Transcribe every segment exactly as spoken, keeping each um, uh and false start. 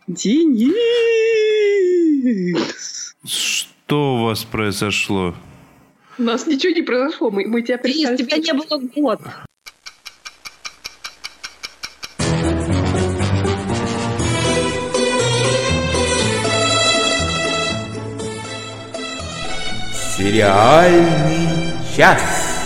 Денис! Что у вас произошло? У нас ничего не произошло, мы, мы тебя перестали... Денис, тебя не было год. Сериальный час.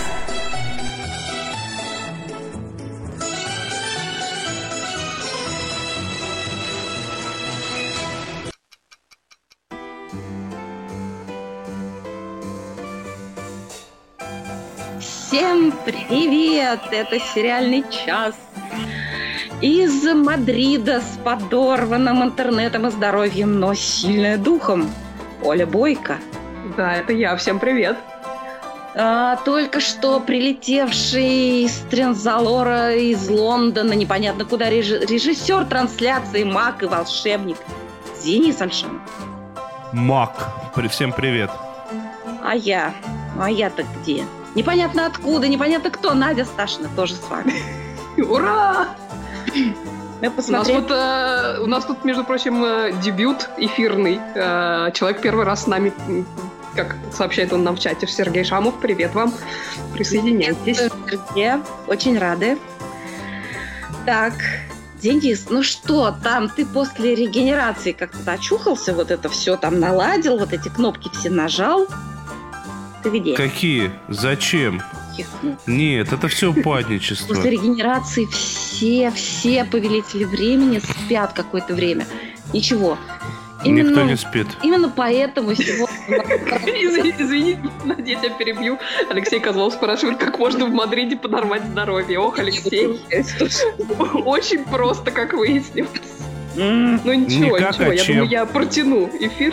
Всем привет! Это сериальный час. Из Мадрида с подорванным интернетом и здоровьем, но сильная духом. Оля Бойко. Да, это я. Всем привет. А, только что прилетевший из Трензалора, из Лондона, непонятно куда, реж- режиссер трансляции, маг и волшебник Денис Альшанов. Маг. Всем привет. А я? А я-то где? Непонятно откуда, непонятно кто. Надя Сташина тоже с вами. Ура! Мы посмотрели... у, нас тут, э, у нас тут, между прочим, э, дебют эфирный. Э, человек первый раз с нами, как сообщает он нам в чате, Сергей Шамов. Привет вам. Присоединяйтесь. Сергей, очень рады. Так, Денис, ну что, там ты после регенерации как-то очухался, вот это все там наладил, вот эти кнопки все нажал? Ты где? Какие? Зачем? Нет, это все упадничество. После регенерации все, все повелители времени спят какое-то время. Ничего. Именно, Никто не спит. Именно поэтому сегодня... Извини, Надя, я тебя перебью. Алексей Козлов спрашивает, как можно в Мадриде подорвать здоровье. Ох, Алексей. Очень просто, как выяснилось. Ну ничего, ничего. Я думаю, я протяну эфир.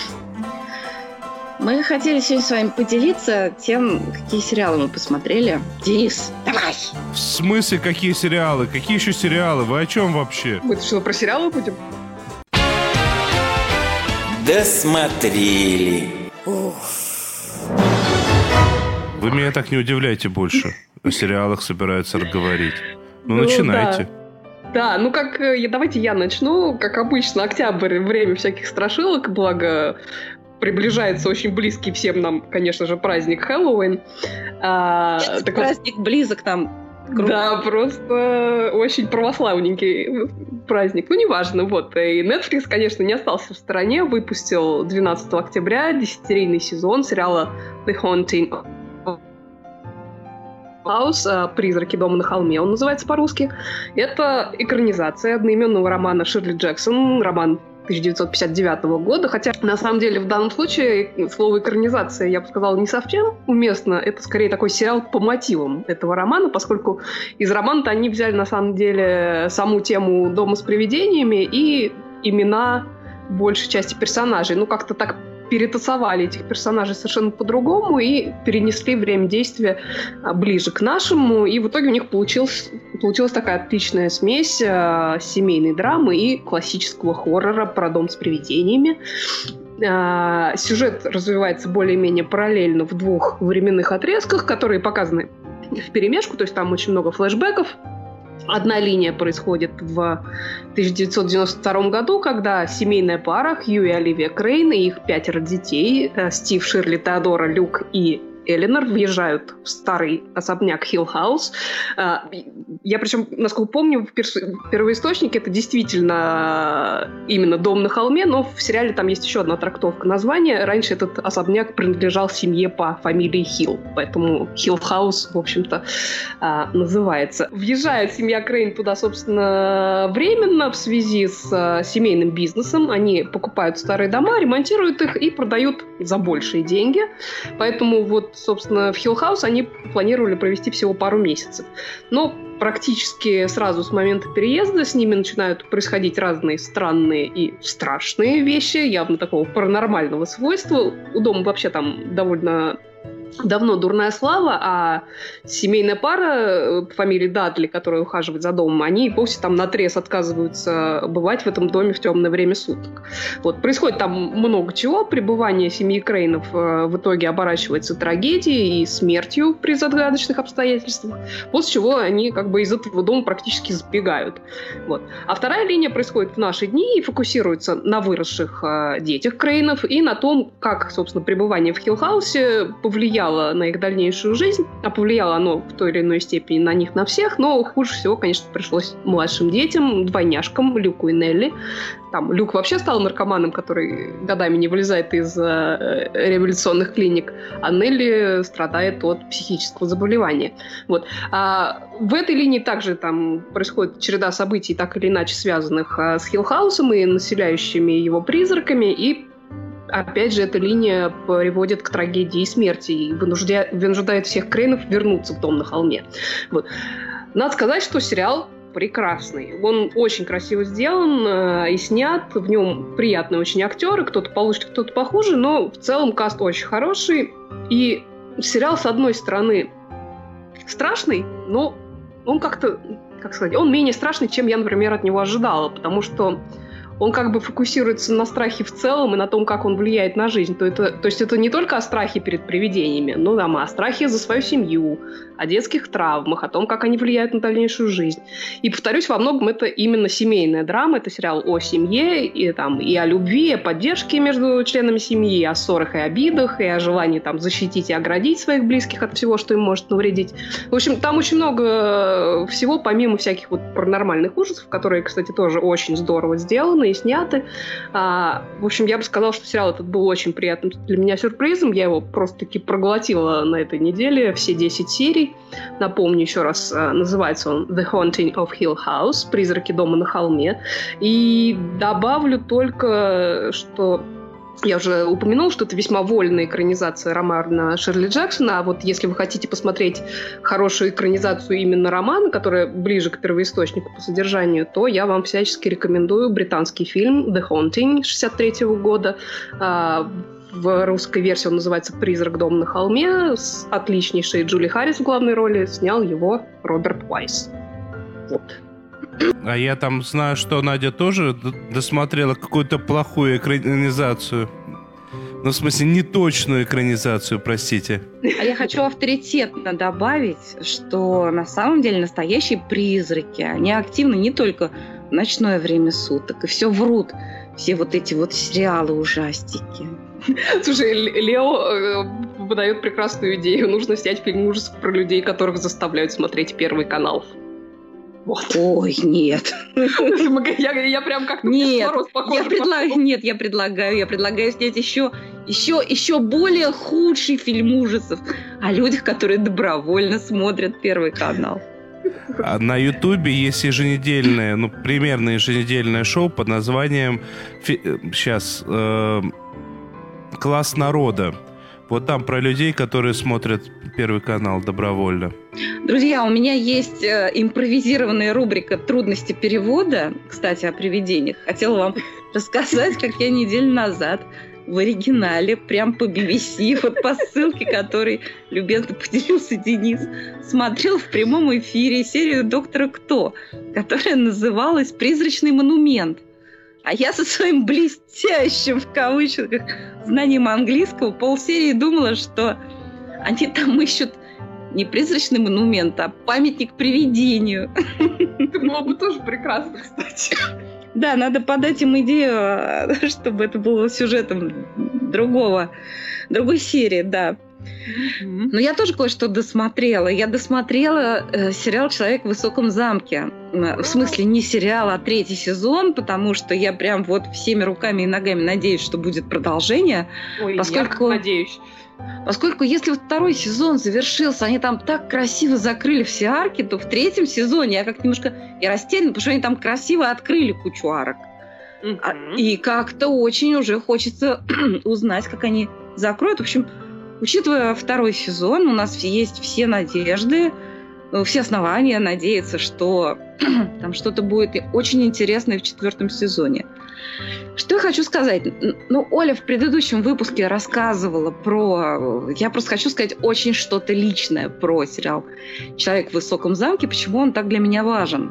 Мы хотели сегодня с вами поделиться тем, какие сериалы мы посмотрели. Денис, давай! В смысле, какие сериалы? Какие еще сериалы? Вы о чем вообще? Мы что, про сериалы будем? Досмотрели. Вы меня так не удивляйте больше. О сериалах собираются говорить. Ну, ну начинайте. Да. да, ну как, давайте я начну. Как обычно, октябрь, время всяких страшилок, благо... Приближается очень близкий всем нам, конечно же, праздник Хэллоуин. А, так праздник вот, близок нам. Круто. Да, просто очень православненький праздник. Ну, неважно, вот. И Netflix, конечно, не остался в стороне. Выпустил двенадцатого октября десятисерийный сезон сериала The Haunting House, «Призраки дома на холме» он называется по-русски. Это экранизация одноименного романа Ширли Джексон, роман тысяча девятьсот пятьдесят девятого года, хотя на самом деле в данном случае слово экранизация, я бы сказала, не совсем уместно. Это скорее такой сериал по мотивам этого романа, поскольку из романа-то они взяли на самом деле саму тему дома с привидениями и имена большей части персонажей. Ну, как-то так перетасовали этих персонажей совершенно по-другому и перенесли время действия ближе к нашему. И в итоге у них получилась, получилась такая отличная смесь э, семейной драмы и классического хоррора про дом с привидениями. Э, сюжет развивается более-менее параллельно в двух временных отрезках, которые показаны вперемешку, то есть там очень много флешбеков. Одна линия происходит в тысяча девятьсот девяносто втором году, когда семейная пара Хью и Оливия Крейн и их пятеро детей, Стив, Ширли, Теодора, Люк и Эленор, въезжают в старый особняк Хилл-хаус. Я, причем, насколько помню, в первоисточнике это действительно именно дом на холме, но в сериале там есть еще одна трактовка названия. Раньше этот особняк принадлежал семье по фамилии Хилл, поэтому Хилл-хаус, в общем-то, называется. Въезжает семья Крейн туда, собственно, временно в связи с семейным бизнесом. Они покупают старые дома, ремонтируют их и продают за большие деньги. Поэтому вот, собственно, в Хилл-хаус они планировали провести всего пару месяцев. Но практически сразу с момента переезда с ними начинают происходить разные странные и страшные вещи, явно такого паранормального свойства. У дома вообще там довольно давно дурная слава, а семейная пара по фамилии Дадли, которая ухаживает за домом, они вовсе там наотрез отказываются бывать в этом доме в темное время суток. Вот. Происходит там много чего. Пребывание семьи Крейнов в итоге оборачивается трагедией и смертью при загадочных обстоятельствах, после чего они как бы из этого дома практически сбегают. Вот. А вторая линия происходит в наши дни и фокусируется на выросших э, детях Крейнов и на том, как, собственно, пребывание в Хилл-хаусе повлияло на их дальнейшую жизнь, а повлияло оно в той или иной степени на них, на всех, но хуже всего, конечно, пришлось младшим детям, двойняшкам, Люку и Нелли. Там Люк вообще стал наркоманом, который годами не вылезает из э, революционных клиник, а Нелли страдает от психического заболевания. Вот. А в этой линии также там происходит череда событий, так или иначе связанных э, с Хилл-хаусом и населяющими его призраками, и опять же, эта линия приводит к трагедии и смерти и вынуждает, вынуждает всех Крейнов вернуться в дом на холме. Вот. Надо сказать, что сериал прекрасный. Он очень красиво сделан э, и снят. В нем приятные очень актеры. Кто-то получше, кто-то похуже, но в целом каст очень хороший. И сериал, с одной стороны, страшный, но он как-то, как сказать, он менее страшный, чем я, например, от него ожидала, потому что он как бы фокусируется на страхе в целом и на том, как он влияет на жизнь. То, это, то есть это не только о страхе перед привидениями, но там, о страхе за свою семью, о детских травмах, о том, как они влияют на дальнейшую жизнь. И, повторюсь, во многом это именно семейная драма. Это сериал о семье, и, там, и о любви, и о поддержке между членами семьи, и о ссорах и обидах, и о желании там, защитить и оградить своих близких от всего, что им может навредить. В общем, там очень много всего, помимо всяких вот паранормальных ужасов, которые, кстати, тоже очень здорово сделаны и сняты. А, в общем, я бы сказала, что сериал этот был очень приятным для меня сюрпризом. Я его просто-таки проглотила на этой неделе, все десять серий. Напомню еще раз, называется он The Haunting of Hill House, «Призраки дома на холме». И добавлю только, что я уже упомянула, что это весьма вольная экранизация романа Ширли Джексона, а вот если вы хотите посмотреть хорошую экранизацию именно романа, которая ближе к первоисточнику по содержанию, то я вам всячески рекомендую британский фильм «The Haunting» шестьдесят третьего года. В русской версии он называется «Призрак дома на холме», с отличнейшей Джули Харрис в главной роли. Снял его Роберт Уайс. Вот. А я там знаю, что Надя тоже досмотрела какую-то плохую экранизацию. Ну, в смысле, неточную экранизацию, простите. А я хочу авторитетно добавить, что на самом деле настоящие призраки, они активны не только в ночное время суток, и все врут, все вот эти вот сериалы-ужастики. Слушай, Лео выдает прекрасную идею. Нужно снять фильм ужасов про людей, которых заставляют смотреть Первый канал. Вот. Ой, нет. Я, я прям как-то нет, я предлагаю, нет, я предлагаю, я предлагаю снять еще, еще, еще более худший фильм ужасов о людях, которые добровольно смотрят Первый канал. А на Ютубе есть еженедельное, ну, примерно еженедельное шоу под названием фи- сейчас э, «Класс народа». Вот там про людей, которые смотрят Первый канал добровольно. Друзья, у меня есть э, импровизированная рубрика «Трудности перевода». Кстати, о привидениях. Хотела вам рассказать, как я неделю назад в оригинале, прям по би би си, вот по ссылке, которой любезно поделился Денис, смотрел в прямом эфире серию «Доктора Кто», которая называлась «Призрачный монумент». А я со своим блестящим, в кавычках, знанием английского полсерии думала, что они там ищут не призрачный монумент, а памятник привидению. Это было бы тоже прекрасно, кстати. Да, надо подать им идею, чтобы это было сюжетом другого, другой серии, да. Mm-hmm. Но я тоже кое-что досмотрела. Я досмотрела э, сериал «Человек в высоком замке». В смысле, не сериал, а третий сезон, потому что я прям вот всеми руками и ногами надеюсь, что будет продолжение. Ой, поскольку, я надеюсь. Поскольку если вот второй сезон завершился, они там так красиво закрыли все арки, то в третьем сезоне я как немножко и растеряна, потому что они там красиво открыли кучу арок. Mm-hmm. И как-то очень уже хочется узнать, как они закроют. В общем, учитывая второй сезон, у нас есть все надежды, все основания надеяться, что там что-то будет очень интересное в четвертом сезоне. Что я хочу сказать? Ну, Оля в предыдущем выпуске рассказывала про... Я просто хочу сказать очень что-то личное про сериал «Человек в высоком замке», почему он так для меня важен.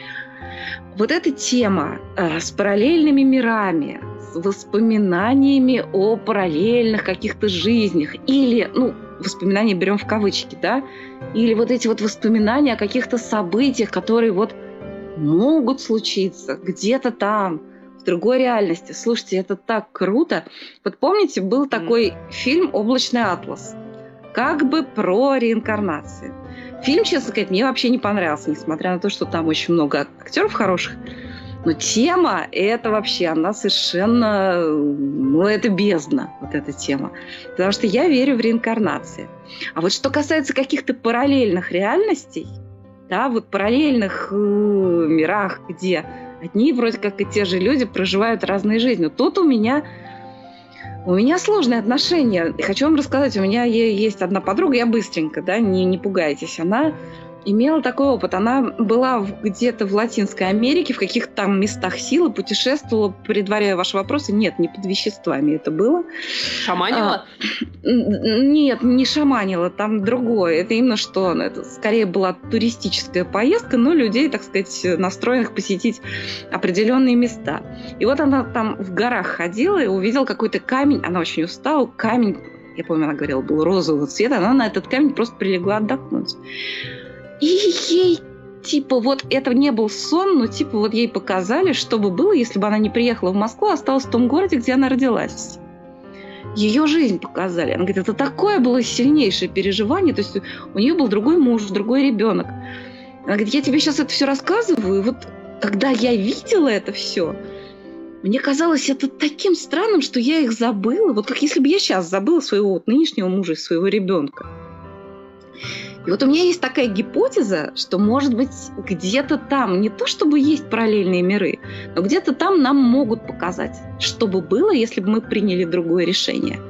Вот эта тема э, с параллельными мирами, с воспоминаниями о параллельных каких-то жизнях, или, ну, воспоминания берем в кавычки, да, или вот эти вот воспоминания о каких-то событиях, которые вот могут случиться где-то там, в другой реальности. Слушайте, это так круто. Вот помните, был такой фильм «Облачный атлас», как бы про реинкарнацию. Фильм, честно сказать, мне вообще не понравился, несмотря на то, что там очень много актеров хороших. Но тема, это вообще, она совершенно... Ну, это бездна, вот эта тема. Потому что я верю в реинкарнации. А вот что касается каких-то параллельных реальностей, да, вот параллельных э, мирах, где одни вроде как и те же люди проживают разные жизни. Тут у меня... У меня сложные отношения. И хочу вам рассказать, у меня есть одна подруга, я быстренько, да, не, не пугайтесь, она имела такой опыт. Она была в, где-то в Латинской Америке, в каких-то там местах силы, путешествовала, предваряя ваши вопросы. Нет, не под веществами это было. Шаманила? А, нет, не шаманила, там другое. Это именно что, это скорее была туристическая поездка, но людей, так сказать, настроенных посетить определенные места. И вот она там в горах ходила и увидела какой-то камень, она очень устала, камень, я помню, она говорила, был розового цвета, она на этот камень просто прилегла отдохнуть. И ей, типа, вот это не был сон, но, типа, вот ей показали, что бы было, если бы она не приехала в Москву, а осталась в том городе, где она родилась. Ее жизнь показали. Она говорит, это такое было сильнейшее переживание, то есть у нее был другой муж, другой ребенок. Она говорит, я тебе сейчас это все рассказываю, и вот когда я видела это все, мне казалось это таким странным, что я их забыла. Вот как если бы я сейчас забыла своего вот нынешнего мужа и своего ребенка. И вот у меня есть такая гипотеза, что, может быть, где-то там, не то чтобы есть параллельные миры, но где-то там нам могут показать, что бы было, если бы мы приняли другое решение.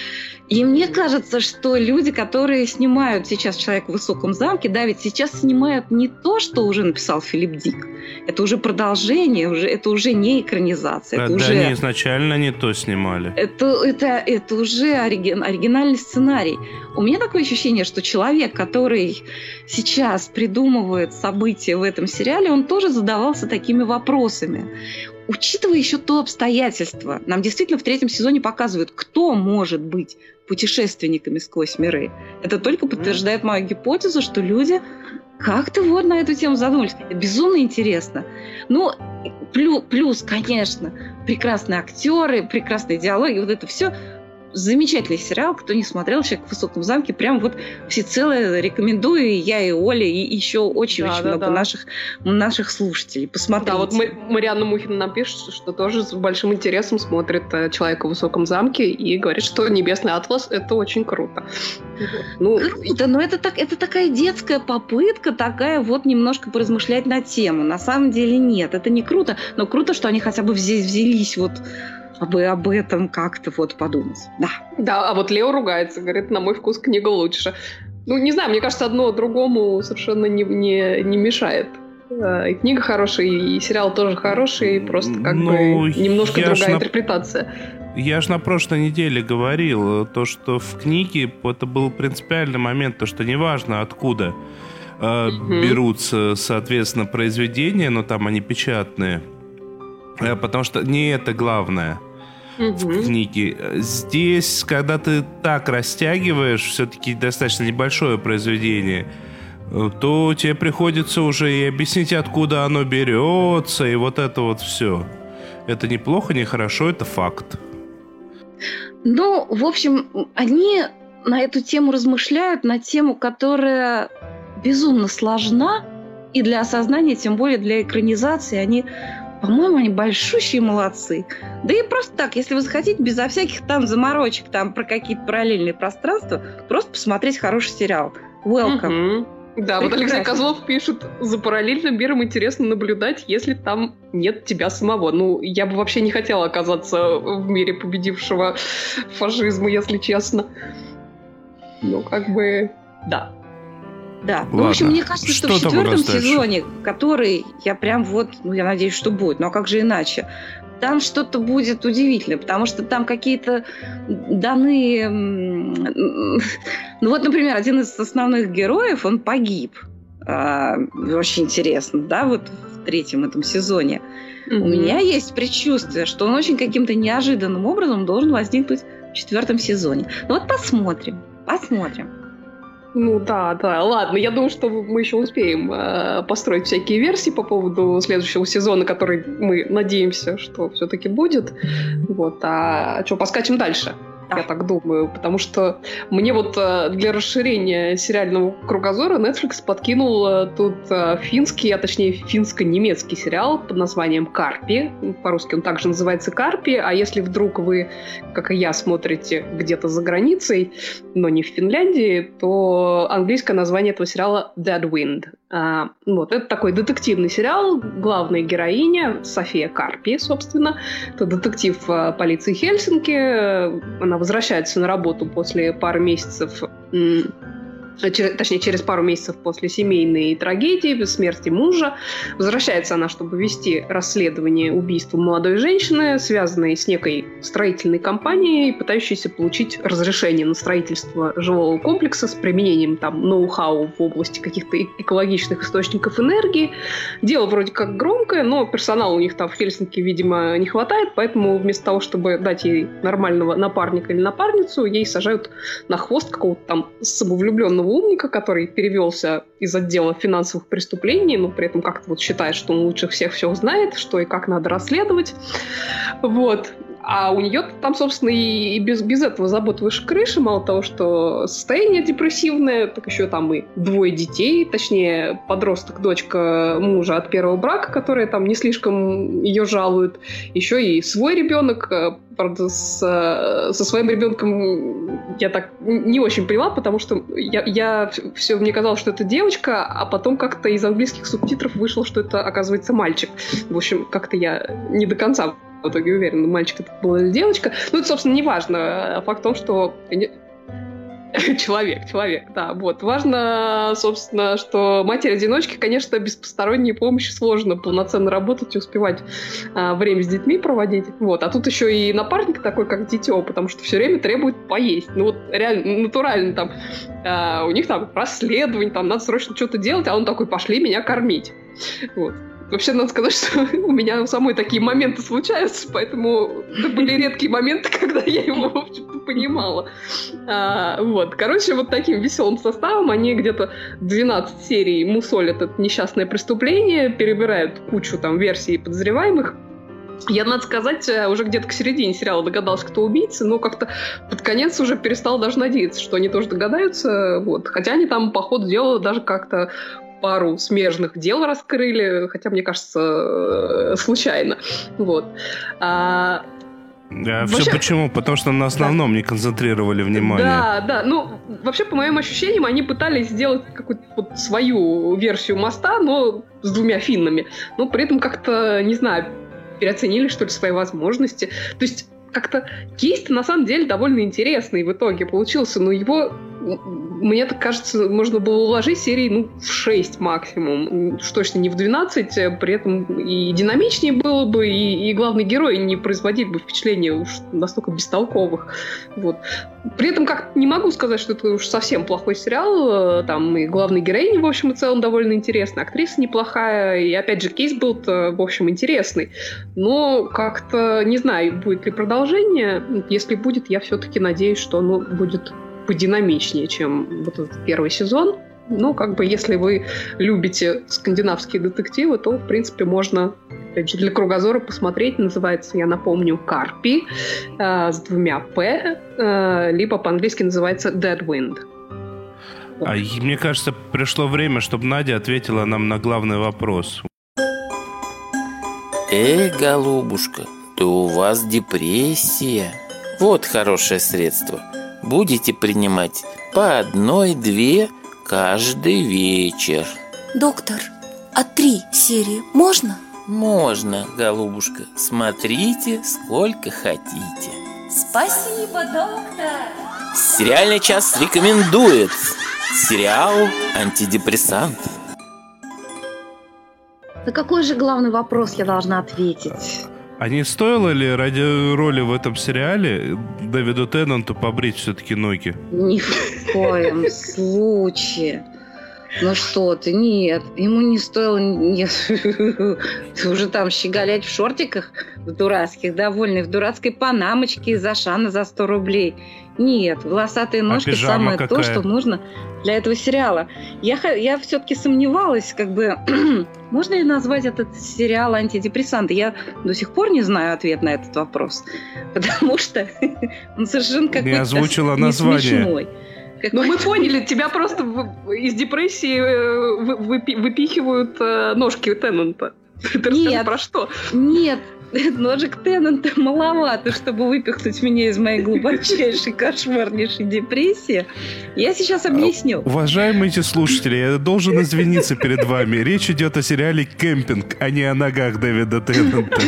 И мне кажется, что люди, которые снимают сейчас «Человека в высоком замке», да, ведь сейчас снимают не то, что уже написал Филипп Дик. Это уже продолжение, уже, это уже не экранизация. Да, это да уже... они изначально не то снимали. Это, это, это уже оригин, оригинальный сценарий. У меня такое ощущение, что человек, который сейчас придумывает события в этом сериале, он тоже задавался такими вопросами. Учитывая еще то обстоятельство, нам действительно в третьем сезоне показывают, кто может быть путешественниками сквозь миры. Это только подтверждает мою гипотезу, что люди как-то вот на эту тему задумались. Это безумно интересно. Ну, плюс, плюс, конечно, прекрасные актеры, прекрасные диалоги, вот это все. Замечательный сериал. Кто не смотрел «Человек в высоком замке», прям вот всецело рекомендую. И я, и Оля, и еще очень-очень да, много да. Наших, наших слушателей. Посмотрите. Да, вот Марианна Мухина нам пишет, что тоже с большим интересом смотрит «Человека в высоком замке» и говорит, что «Небесный атлас» — это очень круто. Ну, круто, но это, так, это такая детская попытка, такая вот немножко поразмышлять на тему. На самом деле нет, это не круто, но круто, что они хотя бы здесь взялись вот об, об этом как-то вот подумать. Да. Да, а вот Лео ругается, говорит, на мой вкус книга лучше. Ну, не знаю, мне кажется, одно другому совершенно не, не, не мешает. И книга хорошая, и сериал тоже хороший, просто как ну, бы немножко другая на... интерпретация. Я же на прошлой неделе говорил, то, что в книге это был принципиальный момент, то, что неважно откуда э, mm-hmm. берутся, соответственно, произведения, но там они печатные, э, потому что не это главное. Mm-hmm. В книге. Здесь, когда ты так растягиваешь все-таки достаточно небольшое произведение, то тебе приходится уже и объяснить, откуда оно берется, и вот это вот все. Это неплохо, не хорошо, это факт. Ну, в общем, они на эту тему размышляют, на тему, которая безумно сложна, и для осознания, тем более для экранизации, они... По-моему, они большущие молодцы. Да и просто так, если вы захотите, безо всяких там заморочек там про какие-то параллельные пространства, просто посмотреть хороший сериал. Welcome. Mm-hmm. Да, прекрасно. Вот Алексей Козлов пишет, за параллельным миром интересно наблюдать, если там нет тебя самого. Ну, я бы вообще не хотела оказаться в мире победившего фашизма, если честно. Ну, как бы, да. Да, ну, в общем, мне кажется, что, что в четвертом сезоне, который я прям вот, ну, я надеюсь, что будет, но как же иначе, там что-то будет удивительное, потому что там какие-то даны... Ну вот, например, один из основных героев, он погиб. Очень интересно, да, вот в третьем этом сезоне. Mm-hmm. У меня есть предчувствие, что он очень каким-то неожиданным образом должен возникнуть в четвертом сезоне. Ну вот посмотрим, посмотрим. Ну да, да, ладно, я думаю, что мы еще успеем э, построить всякие версии по поводу следующего сезона, который мы надеемся, что все-таки будет. Вот, а что, поскачем дальше? Я так думаю, потому что мне вот для расширения сериального кругозора Netflix подкинул тут финский, а точнее финско-немецкий сериал под названием «Карпи». По-русски он также называется «Карпи», а если вдруг вы, как и я, смотрите где-то за границей, но не в Финляндии, то английское название этого сериала «Dead Wind». А, вот, это такой детективный сериал. Главная героиня София Карпи, собственно. Это детектив полиции Хельсинки. Она возвращается на работу после пары месяцев, точнее, через пару месяцев после семейной трагедии, смерти мужа. Возвращается она, чтобы вести расследование убийства молодой женщины, связанной с некой строительной компанией, пытающейся получить разрешение на строительство жилого комплекса с применением там ноу-хау в области каких-то экологичных источников энергии. Дело вроде как громкое, но персонала у них там в Хельсинки, видимо, не хватает, поэтому вместо того, чтобы дать ей нормального напарника или напарницу, ей сажают на хвост какого-то там самовлюбленного умника, который перевелся из отдела финансовых преступлений, но при этом как-то вот считает, что он лучше всех все знает, что и как надо расследовать. Вот. А у нее там, собственно, и без, без этого забот выше крыши. Мало того, что состояние депрессивное, так еще там и двое детей, точнее, подросток, дочка мужа от первого брака, которые там не слишком ее жалуют. Еще и свой ребенок. Правда, с, со своим ребенком я так не очень поняла, потому что я, я все, мне казалось, что это девочка, а потом как-то из английских субтитров вышло, что это, оказывается, мальчик. В общем, как-то я не до конца в итоге уверена, мальчик это был или девочка. Ну, это, собственно, не важно. Факт в том, что... Человек, человек, да, вот. Важно, собственно, что матери-одиночки, конечно, без посторонней помощи сложно полноценно работать и успевать а, время с детьми проводить. Вот. А тут еще и напарник такой, как дитё, потому что все время требует поесть. Ну вот реально, натурально там, а, у них там расследование, там надо срочно что-то делать, а он такой, пошли меня кормить. Вот. Вообще, надо сказать, что у меня у самой такие моменты случаются, поэтому это были редкие моменты, когда я его, в общем-то, понимала. А, вот. Короче, вот таким веселым составом они где-то двенадцать серий мусолят это несчастное преступление, перебирают кучу там версий подозреваемых. Я, надо сказать, уже где-то к середине сериала догадалась, кто убийца, но как-то под конец уже перестала даже надеяться, что они тоже догадаются. Вот. Хотя они там по ходу дела даже как-то пару смежных дел раскрыли, хотя, мне кажется, случайно. Вот. А... А вообще... Все почему? Потому что на основном да. не концентрировали внимание. Да, да. Ну, вообще, по моим ощущениям, они пытались сделать какую-то вот свою версию моста, но с двумя финнами. Но при этом как-то, не знаю, переоценили, что ли, свои возможности. То есть как-то кейс-то на самом деле довольно интересный в итоге получился, но его, мне так кажется, можно было уложить серии ну, в шесть максимум, уж точно не в двенадцать, при этом и динамичнее было бы, и, и главный герой не производил бы впечатления уж настолько бестолковых. Вот. При этом как не могу сказать, что это уж совсем плохой сериал, там и главная героиня, в общем и целом, довольно интересная, актриса неплохая, и опять же кейс был, в общем, интересный, но как-то не знаю, будет ли продолжение. Если будет, я все-таки надеюсь, что оно будет подинамичнее, чем вот этот первый сезон. Но как бы если вы любите скандинавские детективы, то, в принципе, можно, опять же, для кругозора посмотреть. Называется, я напомню, «Карпи» э, с двумя «п», э, либо по-английски называется «Dead Wind». А мне кажется, пришло время, чтобы Надя ответила нам на главный вопрос. Эй, голубушка, да у вас депрессия. Вот хорошее средство. Будете принимать по одной-две каждый вечер. Доктор, а три серии можно? Можно, голубушка. Смотрите, сколько хотите. Спасибо, доктор. Сериальный час рекомендует сериал «Антидепрессант». На какой же главный вопрос я должна ответить? А не стоило ли ради роли в этом сериале Дэвиду Теннанту побрить все-таки ноги? Ни в коем случае. Ну что ты, нет, ему не стоило, нет, ты уже там щеголять в шортиках, в дурацких, довольный, в дурацкой панамочке из Ашана за сто рублей. Нет, волосатые ножки а самое какая? То, что нужно для этого сериала. Я, я все-таки сомневалась, как бы, можно ли назвать этот сериал антидепрессант? Я до сих пор не знаю ответ на этот вопрос, потому что он совершенно какой-то не озвучила название. Смешной. Как ну, мы поняли, тебя просто в, из депрессии вы, выпи, выпихивают э, ножки Теннанта. Ты расскажи, про что? Нет, ножек Теннанта маловато, чтобы выпихнуть меня из моей глубочайшей, кошмарнейшей депрессии. Я сейчас объясню. Уважаемые эти слушатели, я должен извиниться перед вами. Речь идет о сериале «Кемпинг», а не о ногах Дэвида Теннанта.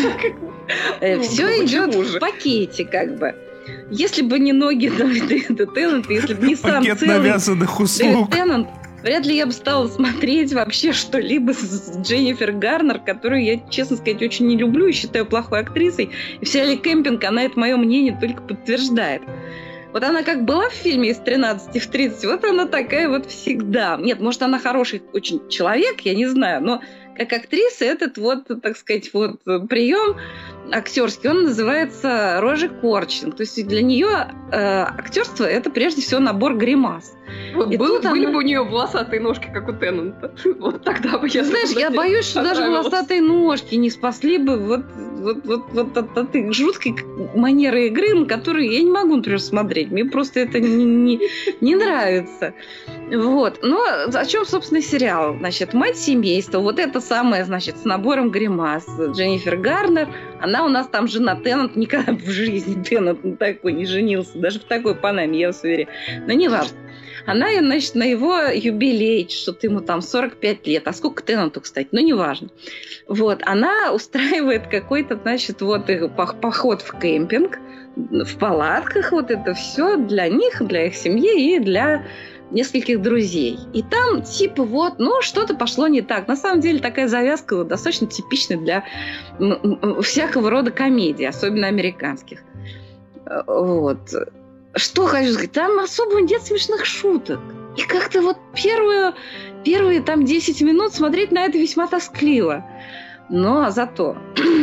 Все идет в пакете, как бы. Если бы не ноги Дэвида Теннанта, если бы не сам пакет целый навязанных услуг. Дэвид Теннант, вряд ли я бы стала смотреть вообще что-либо с Дженнифер Гарнер, которую я, честно сказать, очень не люблю и считаю плохой актрисой. И в сериале «Кемпинг» она это мое мнение только подтверждает. Вот она как была в фильме «Из тринадцати в тридцать», вот она такая вот всегда. Нет, может, она хороший очень человек, я не знаю, но как актриса этот вот, так сказать, вот прием актерский, он называется рожи корчинг. То есть для нее э, актерство – это прежде всего набор гримас. Вот был, были она... бы у нее волосатые ножки, как у Теннанта. Вот тогда бы я... Знаешь, я боюсь, что даже волосатые ножки не спасли бы вот, вот, вот, вот от этой жуткой манеры игры, на которую я не могу, например, смотреть. Мне просто это не, не, не нравится. Вот. Но о чем, собственно, сериал? Значит, мать семейства, вот это самое, значит, с набором гримас. Дженнифер Гарнер, она у нас там жена Теннанта, никогда в жизни Теннант на такой не женился, даже в такой панаме, я вас уверяю. Но не важно. Она, значит, на его юбилей, что-то ему там сорок пять лет, а сколько Теннанту, кстати, ну, неважно. Вот, она устраивает какой-то, значит, вот поход в кемпинг, в палатках, вот это все для них, для их семьи и для нескольких друзей. И там, типа, вот, ну, что-то пошло не так. На самом деле, такая завязка вот, достаточно типичная для всякого рода комедий, особенно американских. Вот. Что хочу сказать, там особо нет смешных шуток. И как-то вот первые, первые там десять минут смотреть на это весьма тоскливо. Но зато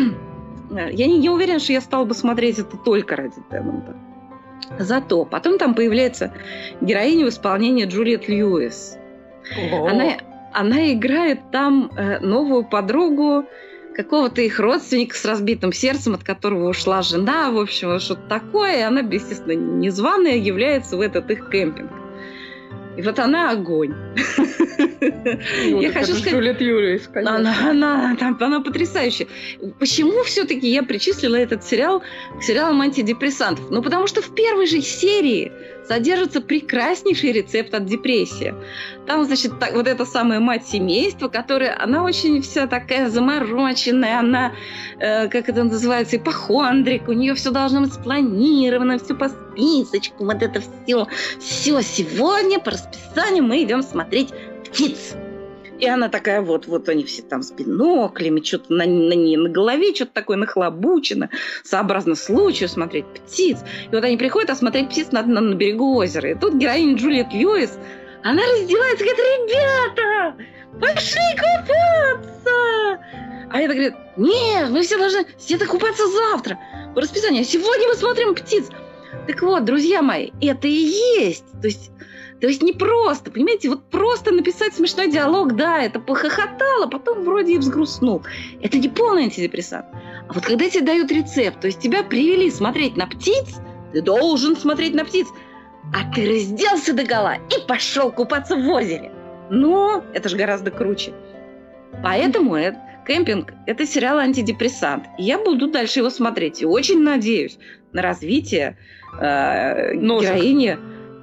я не, не уверена, что я стала бы смотреть это только ради Теннанта. Зато потом там появляется героиня в исполнении Джулиет Льюис. Она, она играет там э, новую подругу какого-то их родственника с разбитым сердцем, от которого ушла жена, в общем, что-то такое. И она, естественно, незваная является в этот их кемпинг. И вот она огонь. Ну, я хочу сказать, Джулиет Льюис, она, она, там, она потрясающая. Почему все-таки я причислила этот сериал к сериалам антидепрессантов? Ну, потому что в первой же серии содержится прекраснейший рецепт от депрессии. Там, значит, так, вот эта самая мать семейства, которая, она очень вся такая замороченная, она, э, как это называется, ипохондрик, у нее все должно быть спланировано, все по списочку, вот это все. Все, сегодня по расписанию мы идем смотреть птиц. И она такая вот, вот они все там с биноклями, что-то на, на ней на голове, что-то такое нахлобучено, сообразно случаю смотреть птиц. И вот они приходят, а смотреть птиц надо на, на берегу озера. И тут героиня Джулиет Льюис, она раздевается и говорит: ребята, пошли купаться! А это говорит: нет, мы все должны все-то купаться завтра по расписанию, а сегодня мы смотрим птиц. Так вот, друзья мои, это и есть, то есть То есть не просто, понимаете, вот просто написать смешной диалог, да, это похохотало, потом вроде и взгрустнул. Это не полный антидепрессант. А вот когда тебе дают рецепт, то есть тебя привели смотреть на птиц, ты должен смотреть на птиц, а ты разделся догола и пошел купаться в озере. Ну, это же гораздо круче. Поэтому это, «Кемпинг» – это сериал антидепрессант. И я буду дальше его смотреть. И очень надеюсь на развитие э, героини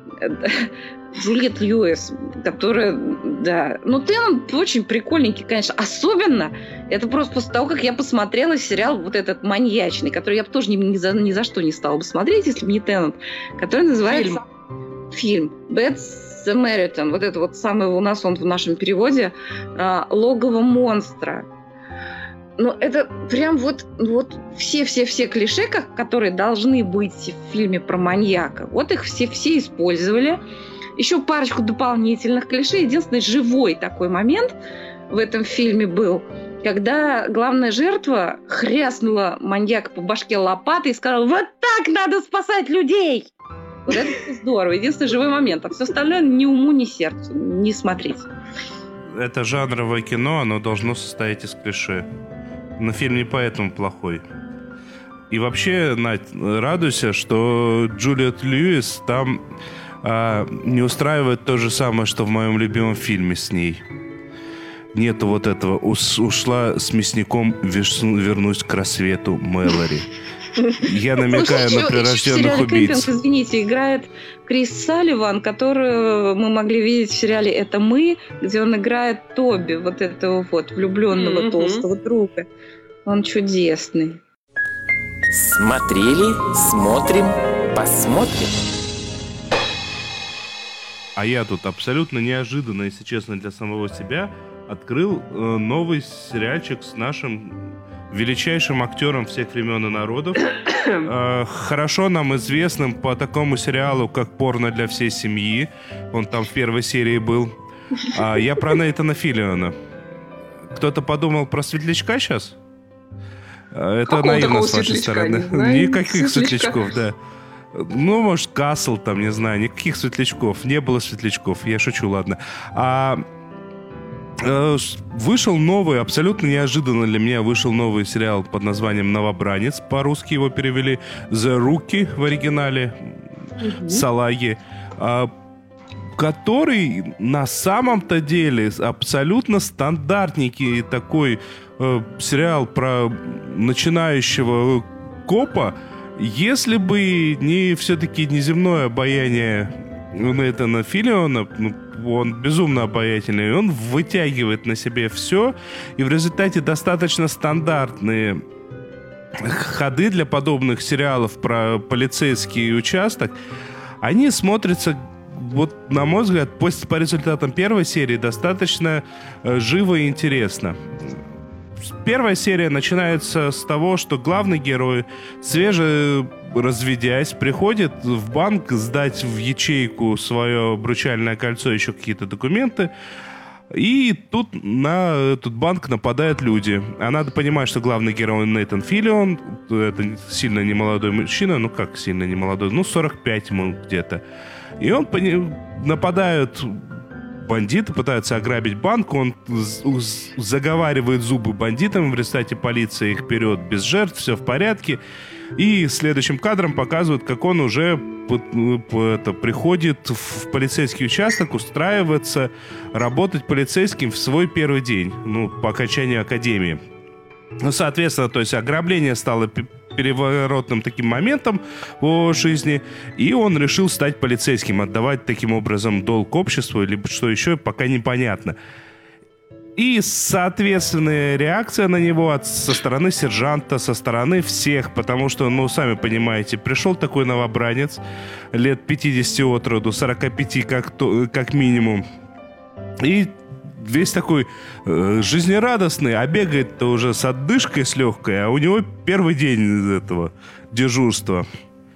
Джулиет Льюис, которая, да, ну Теннант очень прикольненький, конечно, особенно, это просто после того, как я посмотрела сериал вот этот маньячный, который я бы тоже ни, ни, за, ни за что не стала бы смотреть, если бы не Теннант, который называется фильм Bad Samaritan, вот это вот самый у нас он в нашем переводе «Логово монстра». Ну, это прям вот, вот все-все-все клише, как- которые должны быть в фильме про маньяка. Вот их все-все использовали. Еще парочку дополнительных клише. Единственный живой такой момент в этом фильме был, когда главная жертва хряснула маньяка по башке лопатой и сказала: вот так надо спасать людей! Вот это здорово. Единственный живой момент. А все остальное ни уму, ни сердцу. Не смотрите. Это жанровое кино, оно должно состоять из клише. Но фильм не поэтому плохой. И вообще, Надь, радуйся, что Джулиет Льюис там а, не устраивает то же самое, что в моем любимом фильме с ней. Нету вот этого «Ус- ушла с мясником, веш- вернусь к рассвету Мэлори». Я намекаю на прирожденных убийц. Извините, играет Крис Салливан, которую мы могли видеть в сериале «Это мы», где он играет Тоби, вот этого вот влюбленного Мгм. толстого друга. Он чудесный. Смотрели, смотрим, посмотрим. А я тут абсолютно неожиданно, если честно, для самого себя открыл э, новый сериальчик с нашим величайшим актером всех времен и народов. Э, хорошо нам известным по такому сериалу, как «Порно для всей семьи». Он там в первой серии был. А я про Нейтана Филлиона. Кто-то подумал про Светлячка сейчас? Э, Это Какого наивно такого с вашей Светлячка? стороны. Не знаю. Никаких Светлячка. Светлячков, да. Ну, может, Касл там, не знаю, никаких Светлячков. Не было Светлячков, я шучу, ладно. А э, с- вышел новый, абсолютно неожиданно для меня вышел новый сериал под названием «Новобранец». По-русски его перевели «The Rookie» в оригинале, «Салаги», а, который на самом-то деле абсолютно стандартненький такой э, сериал про начинающего копа, если бы не все-таки неземное обаяние Нейтана Филлиона, ну, он безумно обаятельный, он вытягивает на себе все, и в результате достаточно стандартные ходы для подобных сериалов про полицейский участок, они смотрятся, вот, на мой взгляд, после, по результатам первой серии достаточно э, живо и интересно. Первая серия начинается с того, что главный герой, свеже разведясь, приходит в банк сдать в ячейку свое обручальное кольцо, еще какие-то документы. И тут на этот банк нападают люди. А надо понимать, что главный герой Нейтан Филлион, это сильно немолодой мужчина, ну как сильно немолодой, ну сорок пять ему где-то. И он пони- нападают бандиты, пытаются ограбить банк, он з- з- заговаривает зубы бандитам, в результате полиция их берет без жертв, все в порядке. И следующим кадром показывают, как он уже п- п- это, приходит в полицейский участок, устраивается работать полицейским в свой первый день, ну, по окончании академии. Ну, соответственно, то есть ограбление стало п- переворотным таким моментом в жизни, и он решил стать полицейским, отдавать таким образом долг обществу, либо что еще, пока непонятно. И, соответственная реакция на него от, со стороны сержанта, со стороны всех, потому что, ну, сами понимаете, пришел такой новобранец, лет пятидесяти от роду, сорока пяти как, то, как минимум, и весь такой э, жизнерадостный, а бегает-то уже с отдышкой с легкой, а у него первый день этого дежурства.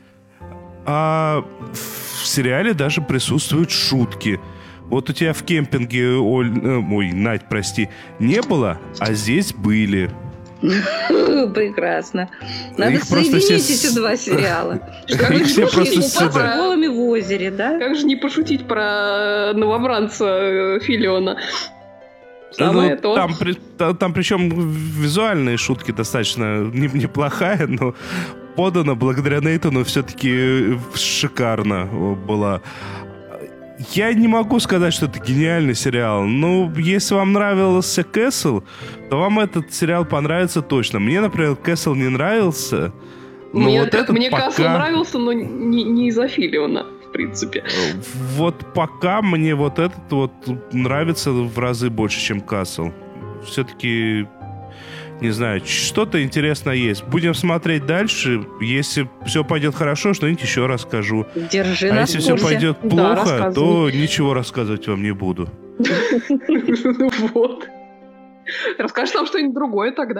А в сериале даже присутствуют шутки. Вот у тебя в кемпинге, Оль, э, ой, Надь, прости, не было, а здесь были. Прекрасно. Надо Их просто соединить все эти с- два сериала. Как Их же все не просто пошутить сюда. про- Голыми в озере, да? Как же не пошутить про новобранца э, Филлиона? Самое Ну, то. Там, при- та- там причем визуальные шутки достаточно не- неплохая, но подана благодаря Нейтану все-таки шикарно была. Я не могу сказать, что это гениальный сериал. Ну, если вам нравился Кэссел, то вам этот сериал понравится точно. Мне, например, Кэссел не нравился. Но Мне, вот этот мне пока... Касл нравился, но не, не из-за Филлиона, в принципе. Вот пока мне вот этот вот нравится в разы больше, чем Касл. Все-таки, не знаю, что-то интересное есть. Будем смотреть дальше. Если все пойдет хорошо, что-нибудь еще расскажу. Держи А нас если в все курсе. пойдет Да, плохо, рассказывай. то ничего рассказывать вам не буду. Ну вот. Расскажешь нам что-нибудь другое тогда.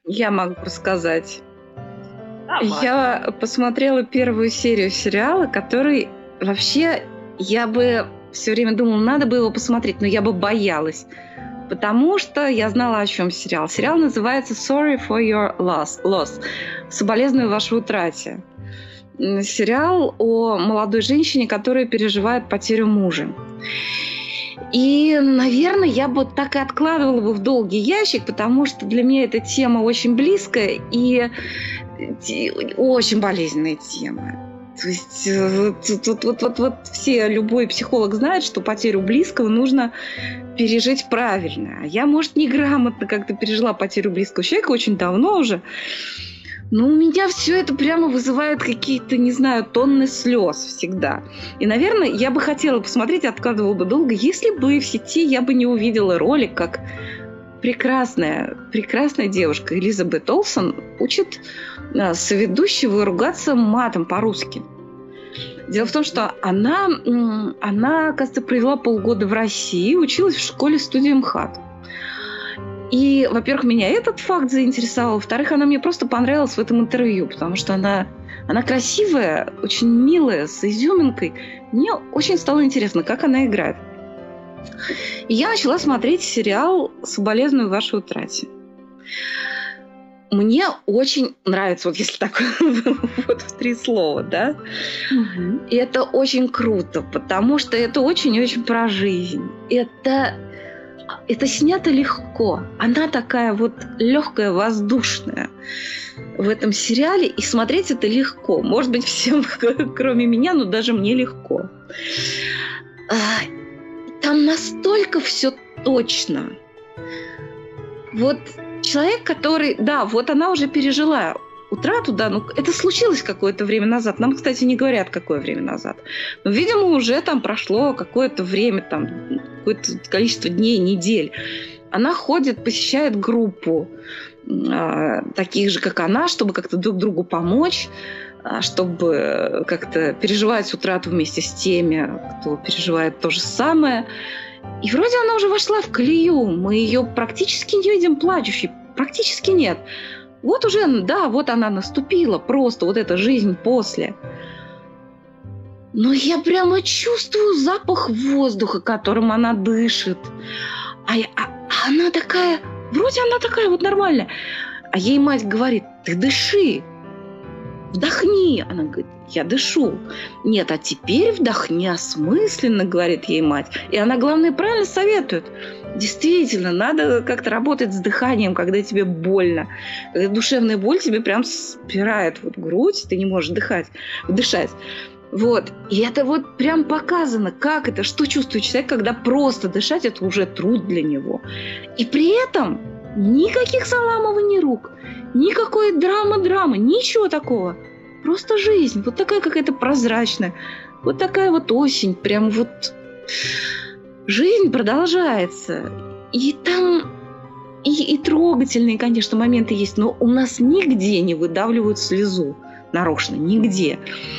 Я могу рассказать. Давай. Я посмотрела первую серию сериала, который вообще я бы все время думала, надо бы его посмотреть, но я бы боялась. Потому что я знала, о чем сериал. Сериал называется «Sorry for your loss». loss. «Соболезную вашей утрате». Сериал о молодой женщине, которая переживает потерю мужа. И, наверное, я бы так и откладывала бы в долгий ящик, потому что для меня эта тема очень близкая и очень болезненная тема. То есть вот, вот, вот, вот, вот все, любой психолог знает, что потерю близкого нужно пережить правильно. Я, может, неграмотно как-то пережила потерю близкого человека очень давно уже, но у меня все это прямо вызывает какие-то, не знаю, тонны слез всегда. И, наверное, я бы хотела посмотреть, откладывала бы долго, если бы в сети я бы не увидела ролик, как прекрасная, прекрасная девушка Элизабет Олсен учит соведущего ругаться матом по-русски. Дело в том, что она, она, кажется, провела полгода в России, училась в школе-студии МХАТ. И, во-первых, меня этот факт заинтересовал, во-вторых, она мне просто понравилась в этом интервью, потому что она, она красивая, очень милая, с изюминкой. Мне очень стало интересно, как она играет. И я начала смотреть сериал «Соболезную вашей утрате». Мне очень нравится, вот если так вот в три слова, да? Угу. И это очень круто, потому что это очень-очень про жизнь. Это... Это снято легко. Она такая вот легкая, воздушная в этом сериале. И смотреть это легко. Может быть, всем, кроме меня, но даже мне легко. Там настолько все точно. Вот человек, который... Да, вот она уже пережила утрату, да, ну это случилось какое-то время назад. Нам, кстати, не говорят, какое время назад. Но, видимо, уже там прошло какое-то время, там, какое-то количество дней, недель. Она ходит, посещает группу э, таких же, как она, чтобы как-то друг другу помочь, э, чтобы как-то переживать утрату вместе с теми, кто переживает то же самое. И вроде она уже вошла в колею. Мы ее практически не видим плачущей. Практически нет. Вот уже, да, вот она наступила, просто вот эта жизнь после. Но я прямо чувствую запах воздуха, которым она дышит. А, а она такая, вроде она такая вот нормальная. А ей мать говорит, ты дыши, вдохни. Она говорит, я дышу. Нет, а теперь вдохни осмысленно, говорит ей мать. И она, главное, правильно советует. Действительно, надо как-то работать с дыханием, когда тебе больно. Когда душевная боль тебе прям спирает вот грудь, ты не можешь дыхать, дышать. Вот. И это вот прям показано, как это, что чувствует человек, когда просто дышать, это уже труд для него. И при этом никаких заламываний рук, никакой драма-драмы, ничего такого. Просто жизнь, вот такая какая-то прозрачная, вот такая вот осень, прям вот... Жизнь продолжается. И там и, и трогательные, конечно, моменты есть, но у нас нигде не выдавливают слезу нарочно, нигде.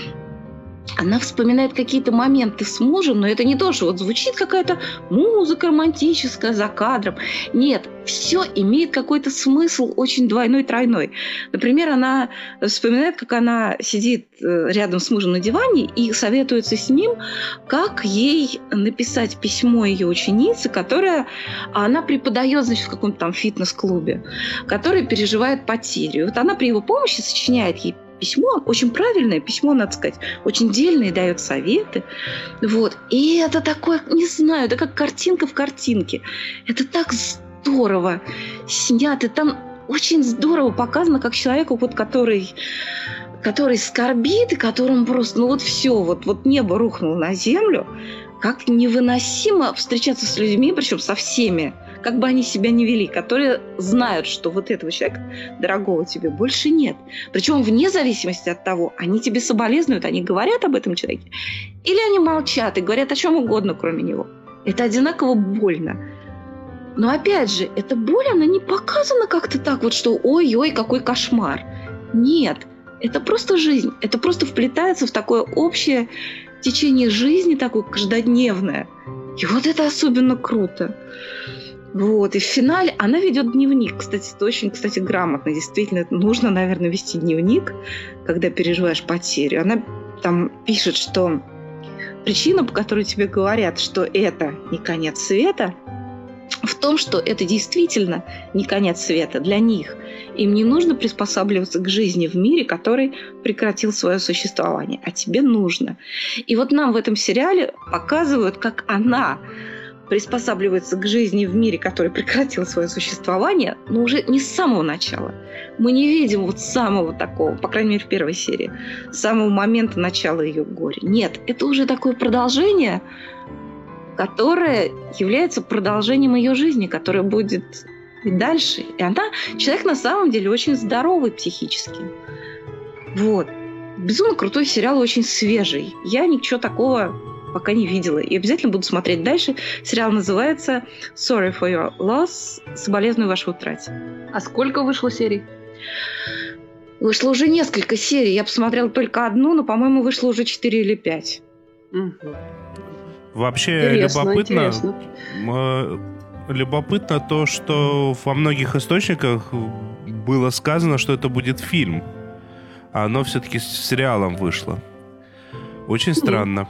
Она вспоминает какие-то моменты с мужем, но это не то, что вот звучит какая-то музыка романтическая за кадром. Нет, все имеет какой-то смысл очень двойной, тройной. Например, она вспоминает, как она сидит рядом с мужем на диване и советуется с ним, как ей написать письмо ее ученице, которая, она преподает, значит, в каком-то там фитнес-клубе, которая переживает потерю. И вот она при его помощи сочиняет ей письмо, очень правильное письмо, надо сказать, очень дельное, дает советы. Вот. И это такое, не знаю, это как картинка в картинке. Это так здорово снято. Там очень здорово показано, как человеку, вот, который, который скорбит, и которому просто, ну вот все, вот, вот небо рухнуло на землю, как невыносимо встречаться с людьми, причем со всеми, как бы они себя ни вели, которые знают, что вот этого человека, дорогого тебе, больше нет. Причем вне зависимости от того, они тебе соболезнуют, они говорят об этом человеке, или они молчат и говорят о чем угодно, кроме него. Это одинаково больно. Но опять же, эта боль, она не показана как-то так вот, что ой-ой, какой кошмар. Нет, это просто жизнь. Это просто вплетается в такое общее течение жизни, такое каждодневное. И вот это особенно круто. Вот, и в финале она ведет дневник. Кстати, это очень, кстати, грамотно. Действительно, нужно, наверное, вести дневник, когда переживаешь потерю. Она там пишет, что причина, по которой тебе говорят, что это не конец света, в том, что это действительно не конец света для них. Им не нужно приспосабливаться к жизни в мире, который прекратил свое существование, а тебе нужно. И вот нам в этом сериале показывают, как она приспосабливается к жизни в мире, который прекратил свое существование, но уже не с самого начала. Мы не видим вот самого такого, по крайней мере, в первой серии, с самого момента начала ее горя. Нет, это уже такое продолжение, которое является продолжением ее жизни, которое будет и дальше. И она, человек на самом деле очень здоровый психически. Вот. Безумно крутой сериал, очень свежий. Я ничего такого пока не видела. И обязательно буду смотреть дальше. Сериал называется «Sorry for your loss». Соболезную вашей утрате. А сколько вышло серий? Вышло уже несколько серий. Я посмотрела только одну, но, по-моему, вышло уже четыре или пять. Угу. Вообще Интересно, любопытно, интересно. э, любопытно то, что во многих источниках было сказано, что это будет фильм, а оно все-таки с сериалом вышло. Очень странно.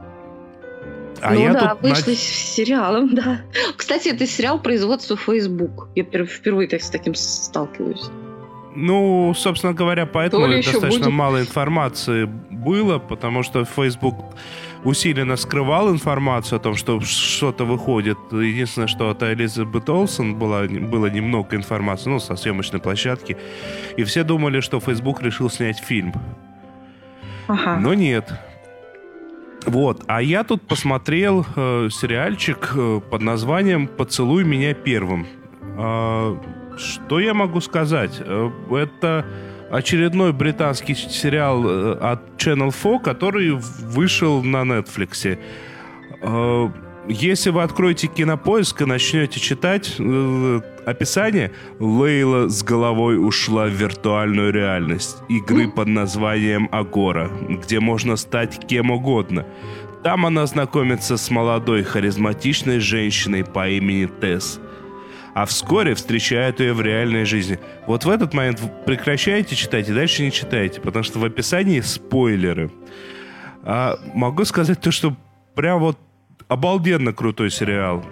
А ну я да, тут вышло нач... с сериалом, да. Кстати, это сериал производства Facebook. Я впервые так, с таким сталкиваюсь. Ну, собственно говоря, поэтому достаточно будет. мало информации было, потому что Facebook усиленно скрывал информацию о том, что что-то выходит. Единственное, что от Элизабет Олсен было, было немного информации, ну, со съемочной площадки. И все думали, что Facebook решил снять фильм. Ага. Но нет. Вот. А я тут посмотрел э, сериальчик э, под названием «Поцелуй меня первым». Э, что я могу сказать? Э, это очередной британский сериал э, от Channel четыре, который вышел на Netflix. Э, если вы откроете Кинопоиск и начнете читать э, описание, Лейла с головой ушла в виртуальную реальность игры под названием Агора, где можно стать кем угодно. Там она знакомится с молодой харизматичной женщиной по имени Тесс, а вскоре встречает ее в реальной жизни. Вот в этот момент вы прекращаете читать и дальше не читаете, потому что в описании спойлеры. А могу сказать то, что прям вот обалденно крутой сериал.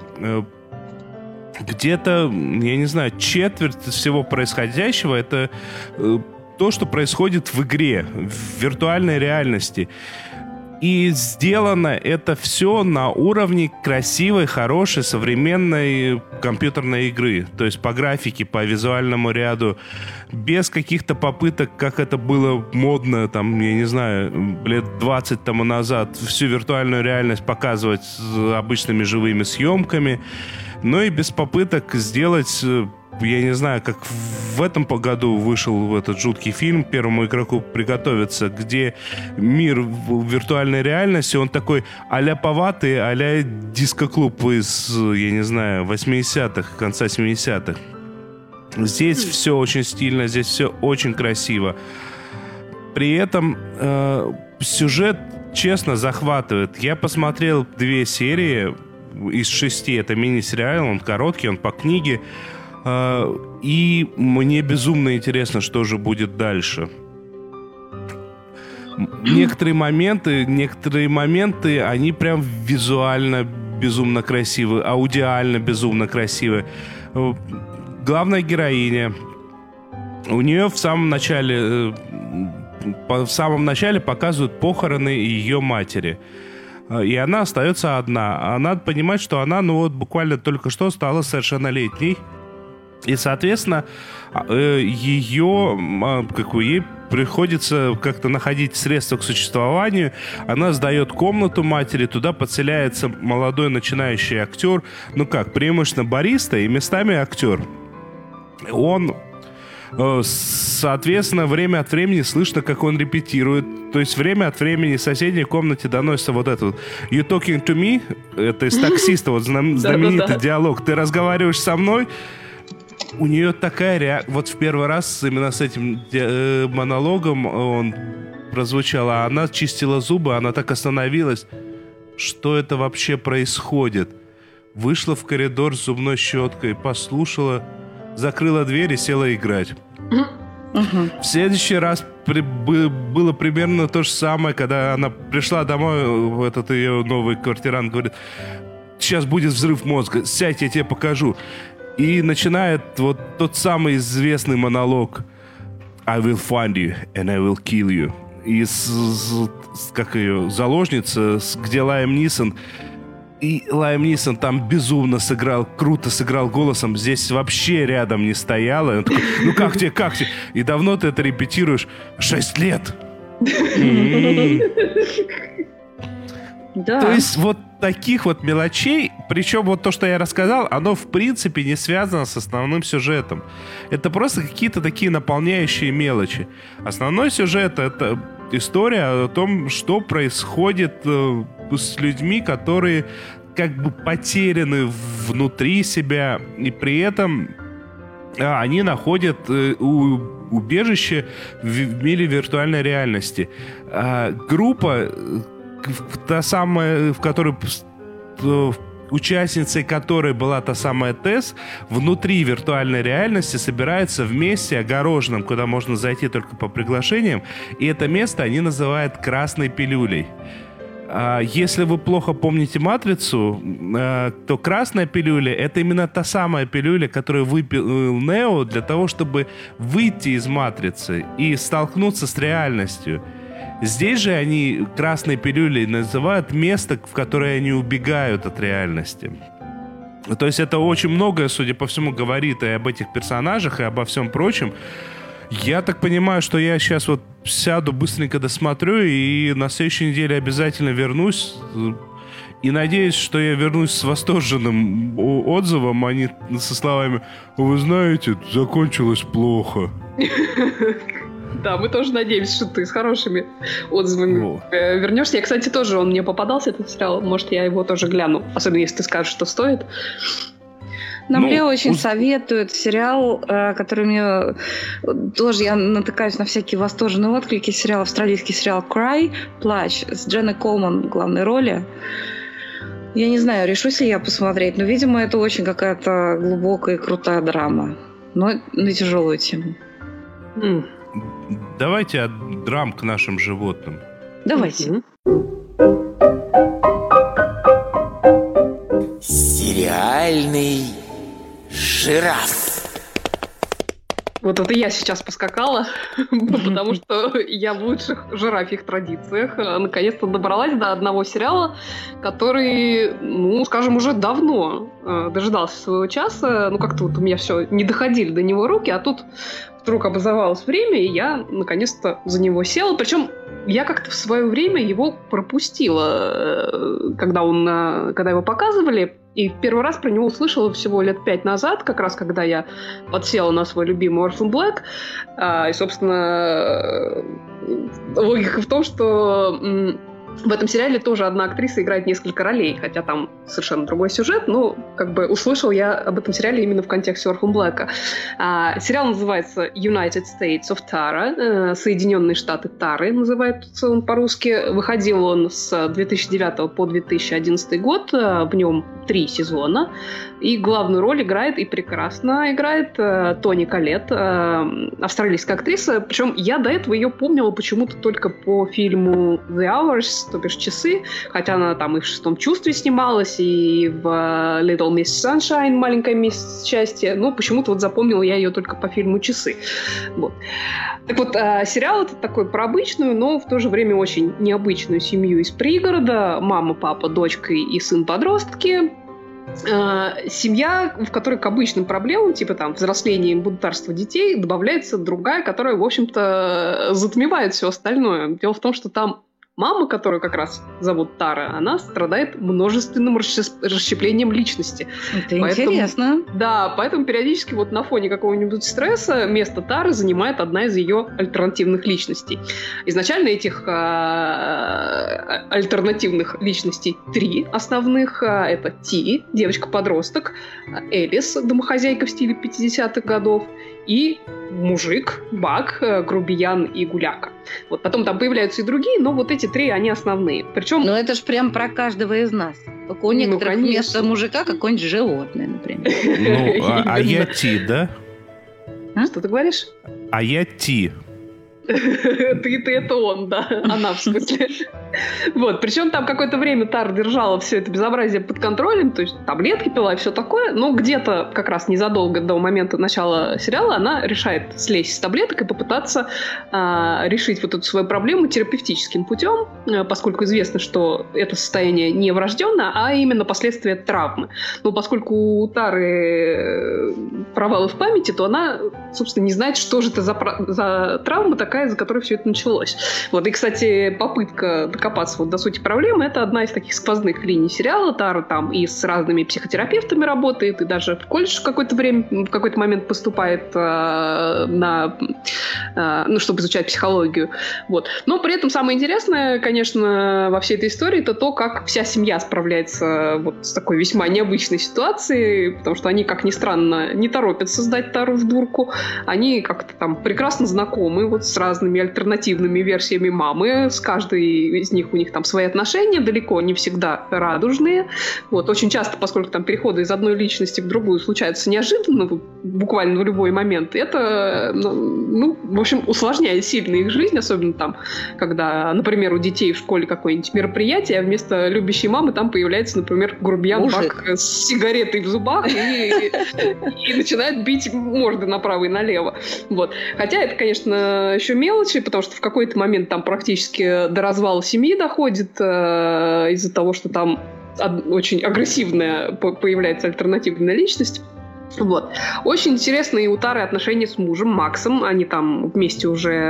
Где-то, я не знаю, четверть всего происходящего — это то, что происходит в игре, в виртуальной реальности. И сделано это все на уровне красивой, хорошей, современной компьютерной игры. То есть по графике, по визуальному ряду, без каких-то попыток, как это было модно, там, я не знаю, лет двадцать тому назад, всю виртуальную реальность показывать с обычными живыми съемками, но и без попыток сделать... Я не знаю, как в этом году вышел этот жуткий фильм «Первому игроку приготовиться», где мир в виртуальной реальности, он такой а-ляповатый, а-ля диско-клуб из, я не знаю, восьмидесятых, конца семидесятых. Здесь все очень стильно, здесь все очень красиво. При этом э, сюжет, честно, захватывает. Я посмотрел две серии из шести, это мини-сериал, он короткий, он по книге. И мне безумно интересно, что же будет дальше. Некоторые моменты, некоторые моменты, они прям визуально безумно красивы, аудиально безумно красивы. Главная героиня, у нее в самом начале, в самом начале показывают похороны ее матери. И она остается одна. А надо понимать, что она, ну вот, буквально только что стала совершеннолетней. И, соответственно, ее, как бы, ей приходится как-то находить средства к существованию. Она сдает комнату матери, туда подселяется молодой начинающий актер, ну как, преимущественно бариста и местами актер. Он, соответственно, время от времени слышно, как он репетирует. То есть время от времени в соседней комнате доносится вот этот «You talking to me?» Это из «Таксиста», вот знаменитый диалог. «Ты разговариваешь со мной?» У нее такая реакция. Вот в первый раз именно с этим э, монологом он прозвучал, а она чистила зубы, она так остановилась. Что это вообще происходит? вышла в коридор с зубной щеткой, послушала, закрыла дверь и села играть. Угу. В следующий раз при, было примерно то же самое, когда она пришла домой, этот ее новый квартирант говорит: сейчас будет взрыв мозга, сядь, я тебе покажу. И начинает вот тот самый известный монолог: I will find you and I will kill you. И с, с, как ее, заложница, с, где Лайам Нисон. И Лайам Нисон там безумно сыграл, круто сыграл голосом. Здесь вообще рядом не стояла. Он такой: ну как тебе, как тебе? И давно ты это репетируешь? Шесть лет. Да. То есть вот таких вот мелочей, причем вот то, что я рассказал, оно в принципе не связано с основным сюжетом. Это просто какие-то такие наполняющие мелочи. Основной сюжет — это история о том, что происходит э, с людьми, которые как бы потеряны внутри себя, и при этом э, они находят э, у, убежище в, в мире виртуальной реальности. Э, группа, та самая, в которой участницей которой была та самая Тесс, внутри виртуальной реальности собираются вместе огороженным, куда можно зайти только по приглашениям, и это место они называют «красной пилюлей». Если вы плохо помните «Матрицу», то красная пилюля — это именно та самая пилюля, которую выпил Нео для того, чтобы выйти из «Матрицы» и столкнуться с реальностью. Здесь же они красной пилюлей называют место, в которое они убегают от реальности. То есть это очень многое, судя по всему, говорит и об этих персонажах, и обо всем прочем. Я так понимаю, что я сейчас вот сяду, быстренько досмотрю, и на следующей неделе обязательно вернусь. И надеюсь, что я вернусь с восторженным отзывом, а не со словами: «Вы знаете, закончилось плохо». Да, мы тоже надеемся, что ты с хорошими отзывами О. вернешься. Я, кстати, тоже, он мне попадался, этот сериал. Может, я его тоже гляну. Особенно, если ты скажешь, что стоит. Нам ну, Лео очень уз... советует сериал, который мне... Тоже я натыкаюсь на всякие восторженные отклики. Сериал, австралийский сериал «Cry», «Плач» с Дженной Колман в главной роли. Я не знаю, решусь ли я посмотреть, но, видимо, это очень какая-то глубокая и крутая драма. Но на тяжелую тему. Mm. Давайте от драм к нашим животным. Давайте. Сериальный жираф. Вот это я сейчас поскакала, потому что я в лучших жирафьих традициях наконец-то добралась до одного сериала, который, ну, скажем, уже давно дожидался своего часа. Ну, как-то вот у меня все не доходили до него руки, а тут вдруг образовалось время, и я наконец-то за него села. Причем я как-то в свое время его пропустила, когда, он, когда его показывали. И первый раз про него услышала всего лет пять назад, как раз когда я подсела на свой любимый Orphan Black. И, собственно, логика в том, что в этом сериале тоже одна актриса играет несколько ролей, хотя там совершенно другой сюжет, но как бы услышал я об этом сериале именно в контексте Orphan Black. А, сериал называется United States of Tara, Соединенные Штаты Тары называется он по-русски. Выходил он с две тысячи девятого по две тысячи одиннадцатый год, в нем три сезона, и главную роль играет, и прекрасно играет, Тони Коллетт, австралийская актриса, причем я до этого ее помнила почему-то только по фильму The Hours, то бишь «Часы», хотя она там и в «Шестом чувстве» снималась, и в Little Miss Sunshine, «Маленькая мисс Счастье», но почему-то вот запомнила я ее только по фильму «Часы». Вот. Так вот, сериал этот такой про обычную, но в то же время очень необычную семью из пригорода, мама, папа, дочка и сын-подростки. Семья, в которой к обычным проблемам, типа там взросления и бунтарства детей, добавляется другая, которая, в общем-то, затмевает все остальное. Дело в том, что там мама, которую как раз зовут Тара, она страдает множественным расщеплением личности. Это поэтому, интересно. Да, поэтому периодически вот на фоне какого-нибудь стресса место Тары занимает одна из ее альтернативных личностей. Изначально этих а, альтернативных личностей три основных. А, это Ти, девочка-подросток, Элис, домохозяйка в стиле пятидесятых годов, и мужик, Бак, грубиян и гуляка. Вот, потом там появляются и другие, но вот эти три, они основные. Причем... Ну, это ж прям про каждого из нас. Только у некоторых ну, вместо мужика какое-нибудь животное, например. Ну, а я Ти, да? Что ты говоришь? А я Ти. Ты, ты это он, да. Она, в смысле. Вот. Причем там какое-то время Тара держала все это безобразие под контролем, то есть таблетки пила и все такое, но где-то как раз незадолго до момента начала сериала она решает слезть с таблеток и попытаться а, решить вот эту свою проблему терапевтическим путем, а, поскольку известно, что это состояние не врожденное, а именно последствия травмы. Но поскольку у Тары провалы в памяти, то она, собственно, не знает, что же это за, за травма такая, из-за которой все это началось. Вот. И, кстати, попытка докопаться вот до сути проблемы — это одна из таких сквозных линий сериала. Тара там и с разными психотерапевтами работает, и даже в колледж в какое-то время, в какой-то момент поступает э, на, э, ну, чтобы изучать психологию. Вот. Но при этом самое интересное, конечно, во всей этой истории — это то, как вся семья справляется вот с такой весьма необычной ситуацией, потому что они, как ни странно, не торопятся сдать Тару в дурку. Они как-то там прекрасно знакомы вот с разными альтернативными версиями мамы. С каждой из них у них там свои отношения, далеко не всегда радужные. Вот. Очень часто, поскольку там переходы из одной личности в другую случаются неожиданно, буквально в любой момент, это, ну, в общем, усложняет сильно их жизнь, особенно там, когда, например, у детей в школе какое-нибудь мероприятие, а вместо любящей мамы там появляется, например, грубиян-бак с сигаретой в зубах и, и начинает бить морды направо и налево. Вот. Хотя это, конечно, еще мелочи, потому что в какой-то момент там практически до развала семьи доходит э, из-за того, что там од- очень агрессивная появляется альтернативная личность. Вот. Очень интересные у Тары отношения с мужем Максом. Они там вместе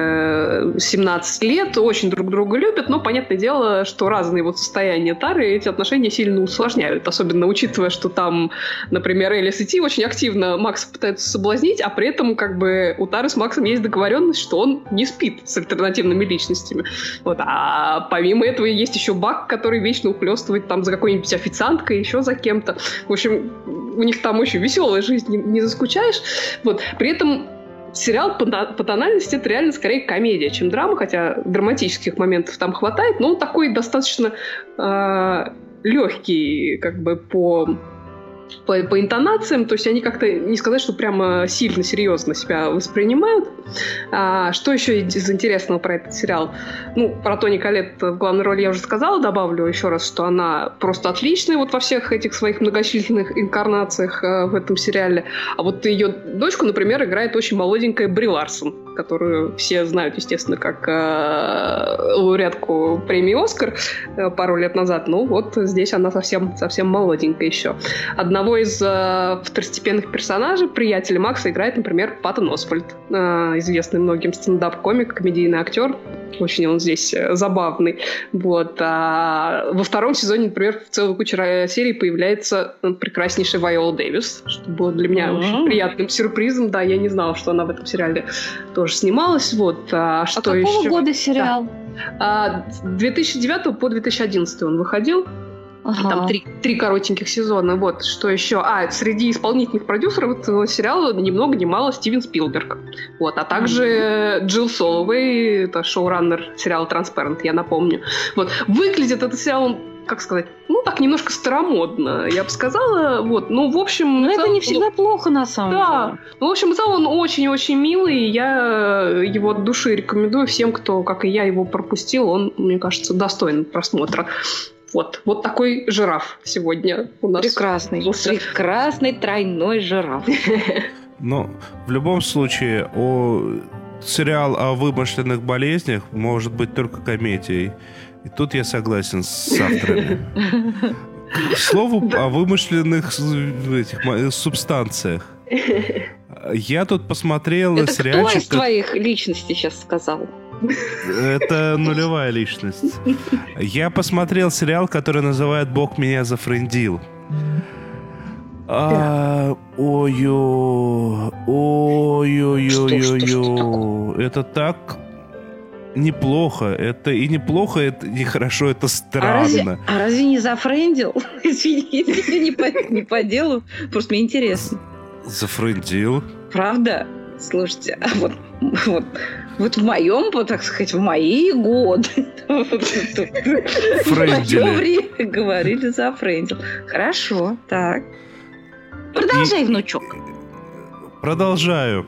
уже семнадцать лет, очень друг друга любят, но понятное дело, что разные вот состояния Тары эти отношения сильно усложняют. Особенно учитывая, что там, например, Элис и Ти очень активно Макса пытаются соблазнить, а при этом как бы у Тары с Максом есть договоренность, что он не спит с альтернативными личностями. Вот. А помимо этого есть еще Бак, который вечно ухлёстывает там за какой-нибудь официанткой, еще за кем-то. В общем, у них там очень веселая жизнь, не, не заскучаешь. Вот. При этом сериал по, по тональности это реально скорее комедия, чем драма, хотя драматических моментов там хватает, но он такой достаточно э, легкий, как бы по... По, по интонациям, то есть они как-то, не сказать, что прямо сильно серьезно себя воспринимают. А, что еще из интересного про этот сериал? Ну, про Тони Коллетт в главной роли я уже сказала, добавлю еще раз, что она просто отличная вот во всех этих своих многочисленных инкарнациях а, в этом сериале. А вот ее дочку, например, играет очень молоденькая Бри Ларсон, которую все знают, естественно, как э, лауреатку премии «Оскар» э, пару лет назад. Ну, вот здесь она совсем, совсем молоденькая еще. Одного из э, второстепенных персонажей, приятеля Макса, играет, например, Паттон Освальд, э, известный многим стендап-комик, комедийный актер. Очень он здесь э, забавный. Вот. А во втором сезоне, например, в целой куче серий появляется прекраснейшая Вайола Дэвис, что было для меня mm-hmm. очень приятным сюрпризом. Да, я не знала, что она в этом сериале тоже снималась. Вот. А, что а какого еще? года сериал? Да. А, с две тысячи девятого по две тысячи одиннадцатый он выходил. Ага. Там три, три коротеньких сезона. Вот, что еще? А, среди исполнительных продюсеров этого сериала ни много ни мало Стивен Спилберг. Вот, а также mm-hmm. Джилл Соловей, это шоураннер сериала «Транспарент», я напомню. Вот, выглядит этот сериал, как сказать, ну, так немножко старомодно, я бы сказала. Вот, ну, в общем... Но это не всегда ну, плохо, на самом да. деле. Ну, в общем, в целом он очень-очень милый, и я его от души рекомендую всем, кто, как и я, его пропустил. Он, мне кажется, достоин просмотра. Вот, вот такой жираф сегодня у нас. Прекрасный, прекрасный тройной жираф. Но в любом случае, о... сериал о вымышленных болезнях может быть только комедией. И тут я согласен с авторами. К слову о вымышленных этих субстанциях. Я тут посмотрел Это сериальчик... кто из твоих личностей сейчас сказал? Это нулевая личность. Я посмотрел сериал, который называют «Бог меня зафрендил». А, ой-ой, ой-ой-ой-ой. Это так неплохо. Это и неплохо, это не хорошо, это странно. А разве, а разве не зафрендил? Извините, не по, не по делу. Просто мне интересно. Зафрендил? Правда? Слушайте, а вот, вот Вот в моем, так сказать, в мои годы в мое время говорили за Френзел. Хорошо, так. Продолжай, внучок. Продолжаю.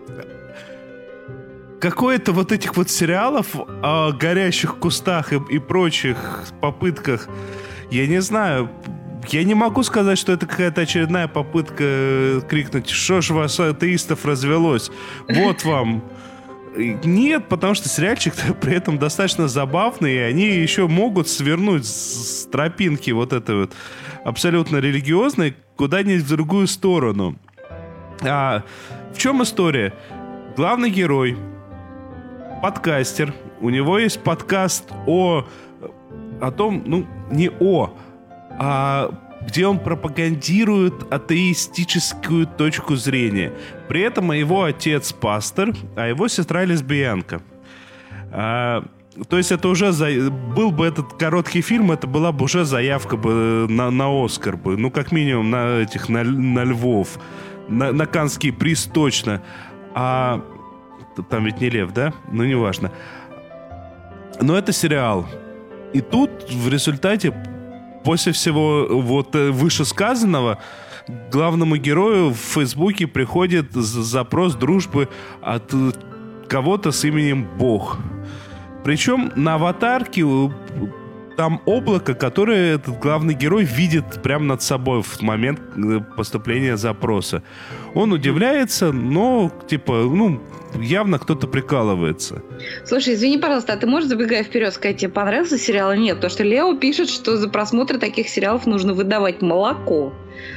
Какое-то вот этих вот сериалов о горящих кустах и, и прочих попытках, я не знаю, я не могу сказать, что это какая-то очередная попытка крикнуть: что ж вас, атеистов, развелось? Вот вам. Нет, потому что сериальчик при этом достаточно забавный, и они еще могут свернуть с тропинки вот этой вот абсолютно религиозной куда-нибудь в другую сторону. А в чем история? Главный герой подкастер. У него есть подкаст о, о том, ну, не о, а где он пропагандирует атеистическую точку зрения. При этом его отец пастор, а его сестра лесбиянка. А, то есть это уже за... был бы этот короткий фильм, это была бы уже заявка бы на, на Оскар бы, ну как минимум на этих на, на львов, на, на Каннский приз точно. А там ведь не лев, да? Ну неважно. Но это сериал. И тут в результате, после всего вот вышесказанного, главному герою в Фейсбуке приходит запрос дружбы от кого-то с именем Бог. Причем на аватарке там облако, которое этот главный герой видит прямо над собой в момент поступления запроса. Он удивляется, но типа, ну, явно кто-то прикалывается. Слушай, извини, пожалуйста, а ты можешь, забегая вперед, сказать, тебе понравился сериал или нет? Потому что Лео пишет, что за просмотр таких сериалов нужно выдавать молоко.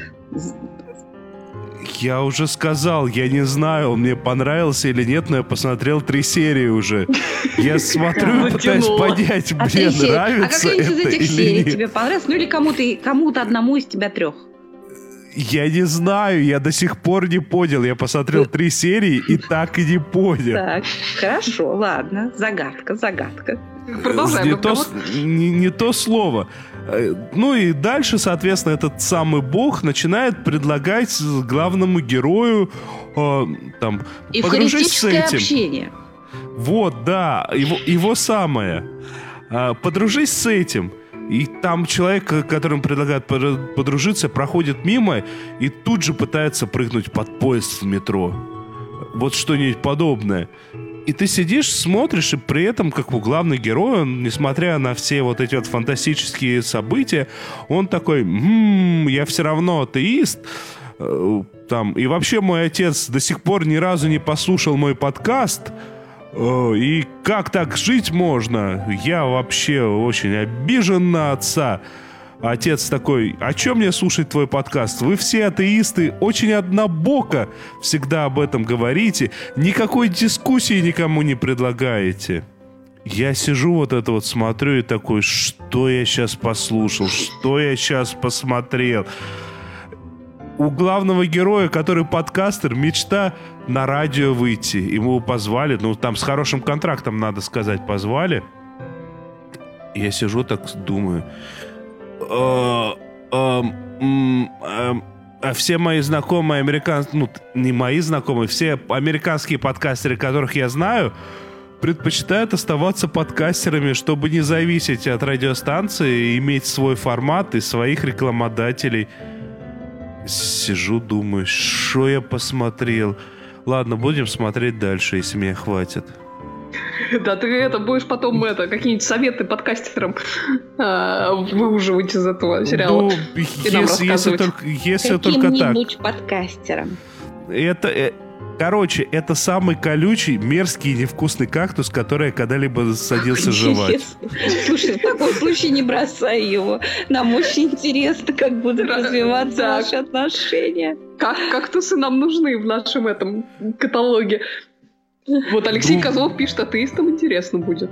Я уже сказал, я не знаю, он мне понравился или нет, но я посмотрел три серии уже. Я смотрю и пытаюсь понять, мне нравится это или нет. А какая-нибудь из этих серий тебе понравилась? Ну или кому-то, кому-то одному из тебя трех? Я не знаю, я до сих пор не понял. Я посмотрел три серии и так и не понял. Так, хорошо, ладно. Загадка, загадка. Не то, не, не то слово. Ну и дальше, соответственно, этот самый Бог начинает предлагать главному герою э, там, подружись с этим. Общение. Вот, да, его, его самое. Э, подружись с этим. И там человек, которому предлагают подружиться, проходит мимо и тут же пытается прыгнуть под поезд в метро. Вот что-нибудь подобное. И ты сидишь, смотришь, и при этом, как у главный герой, он, несмотря на все вот эти вот фантастические события, он такой: м-м, я все равно атеист. Там, и вообще мой отец до сих пор ни разу не послушал мой подкаст. И как так жить можно? Я вообще очень обижен на отца. Отец такой: а чё мне слушать твой подкаст? Вы все атеисты очень однобоко всегда об этом говорите. Никакой дискуссии никому не предлагаете. Я сижу вот это вот смотрю и такой: что я сейчас послушал? Что я сейчас посмотрел? У главного героя, который подкастер, мечта на радио выйти. Ему позвали, ну там с хорошим контрактом, надо сказать, позвали. Я сижу так, думаю... А, а, а, а все мои знакомые американские, ну, не мои знакомые, все американские подкастеры, которых я знаю, предпочитают оставаться подкастерами, чтобы не зависеть от радиостанции, иметь свой формат и своих рекламодателей. Сижу, думаю, что я посмотрел. Ладно, будем смотреть дальше, если меня хватит. Да, ты это будешь потом это, какие-нибудь советы подкастерам а, выуживать из этого сериала. Ну, если, если только, если только так. Каким-нибудь подкастерам. Это, короче, это самый колючий, мерзкий и невкусный кактус, который я когда-либо садился жевать. Слушай, в таком случае не бросай его. Нам очень интересно, как будут развиваться наши отношения. Как кактусы нам нужны в нашем этом каталоге. Вот Алексей ну, Козлов пишет, атеистам интересно будет.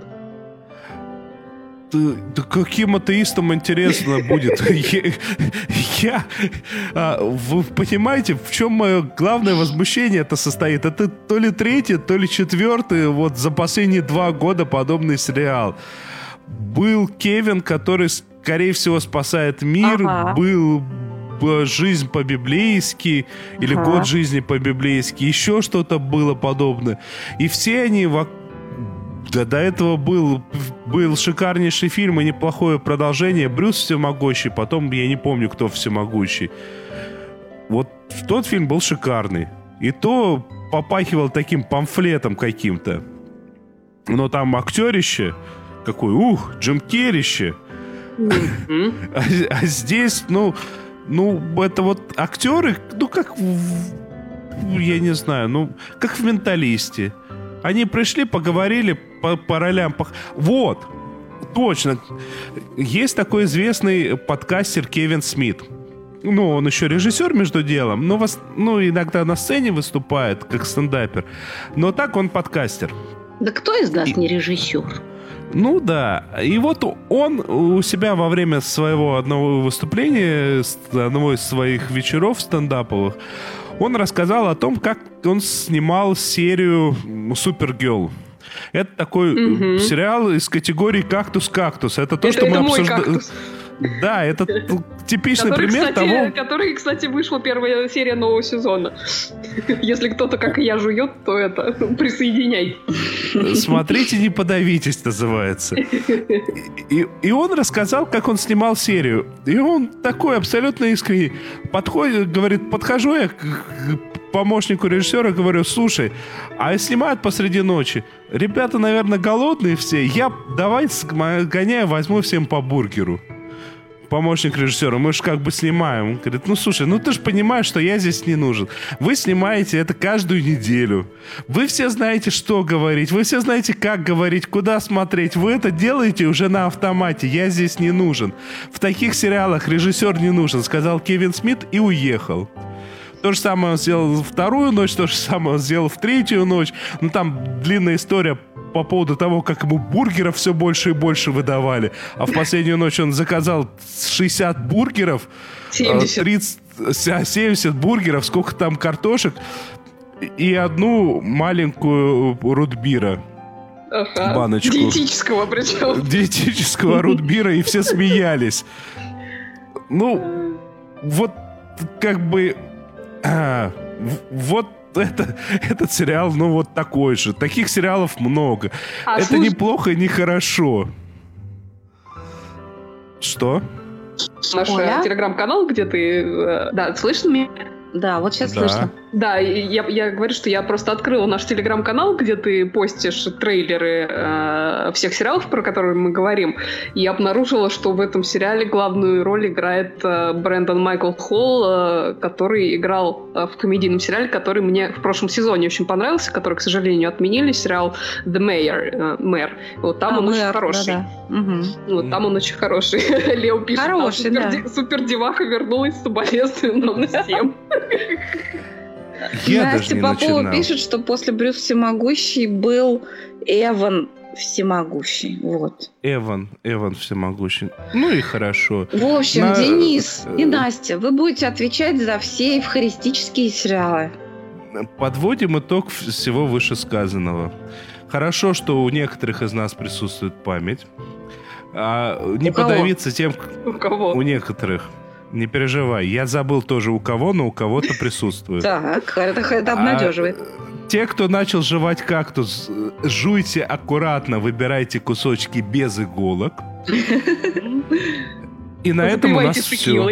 Да, да каким атеистам интересно будет? Я... Вы понимаете, в чем мое главное возмущение это состоит? Это то ли третий, то ли четвертый вот за последние два года подобный сериал. Был Кевин, который, скорее всего, спасает мир. Ага. Был... «Жизнь по-библейски» или ага. «Год жизни по-библейски», еще что-то было подобное. И все они, Да до этого был, был шикарнейший фильм и неплохое продолжение. Брюс Всемогущий, потом я не помню, кто Всемогущий. Вот тот фильм был шикарный. И то попахивал таким памфлетом каким-то. Но там актерище какой, ух, Джим Керрище. Mm-hmm. а, а здесь, ну, ну, это вот актеры, ну, как, в, я не знаю, ну, как в «Менталисте». Они пришли, поговорили по, по ролям. По... Вот, точно. Есть такой известный подкастер Кевин Смит. Ну, он еще режиссер между делом, но вос... ну, иногда на сцене выступает, как стендапер. Но так он подкастер. Да кто из нас И... не режиссер? Ну да. И вот он у себя во время своего одного выступления, одного из своих вечеров стендаповых, он рассказал о том, как он снимал серию «Супергерл». Это такой mm-hmm. сериал из категории «Кактус-кактус». Это то, это, что это мы мой обсуждали. кактус. Да, это типичный который, пример кстати, того... Который, кстати, вышла первая серия нового сезона. Если кто-то, как и я, жует, то это присоединяй. Смотрите, не подавитесь, называется. И, и он рассказал, как он снимал серию. И он такой абсолютно искренний. Подходит, говорит, подхожу я к помощнику режиссера, говорю, слушай, а снимают посреди ночи. Ребята, наверное, голодные все. Я давай гоняю, возьму всем по бургеру. Помощник режиссера, мы же как бы снимаем. Он говорит, ну слушай, ну ты же понимаешь, что я здесь не нужен. Вы снимаете это каждую неделю. Вы все знаете, что говорить. Вы все знаете, как говорить, куда смотреть. Вы это делаете уже на автомате. Я здесь не нужен. В таких сериалах режиссер не нужен, сказал Кевин Смит и уехал. То же самое он сделал в вторую ночь, то же самое он сделал в третью ночь. Ну там длинная история по поводу того, как ему бургеров все больше и больше выдавали. А в последнюю ночь он заказал шестьдесят бургеров, семьдесят. тридцать, семьдесят бургеров, сколько там картошек и одну маленькую рутбира. Ага. Баночку. Диетического причем. Диетического рутбира, и все смеялись. Ну, вот как бы... А, вот это, этот сериал, ну, вот такой же. Таких сериалов много. А, это слушай... неплохо и не хорошо. Что? Наш Оля? Телеграм-канал, где ты... Да, слышно меня? Да, вот сейчас да. слышно. Да, я, я говорю, что я просто открыла наш телеграм-канал, где ты постишь трейлеры э, всех сериалов, про которые мы говорим, и обнаружила, что в этом сериале главную роль играет э, Брэндон Майкл Холл, э, который играл э, в комедийном сериале, который мне в прошлом сезоне очень понравился, который, к сожалению, отменили, сериал The Mayor, э, Мэр. Вот там а, он мэр, очень хороший. Да, да. Угу. Вот там он очень хороший. Лео пишет, хороший, да. Супердеваха вернулась с соболезнованием всем. Я Настя Попова пишет, что после Брюс Всемогущий был Эван Всемогущий. Вот. Эван, Эван Всемогущий. Ну и хорошо. В общем, На... Денис и Настя, вы будете отвечать за все эвхаристические сериалы. Подводим итог всего вышесказанного. Хорошо, что у некоторых из нас присутствует память. А не у подавиться кого? тем... У кого? У некоторых. Не переживай, я забыл тоже у кого, но у кого-то присутствует. Так, это, это обнадеживает. А, те, кто начал жевать кактус, жуйте аккуратно, выбирайте кусочки без иголок. И на этом у нас все.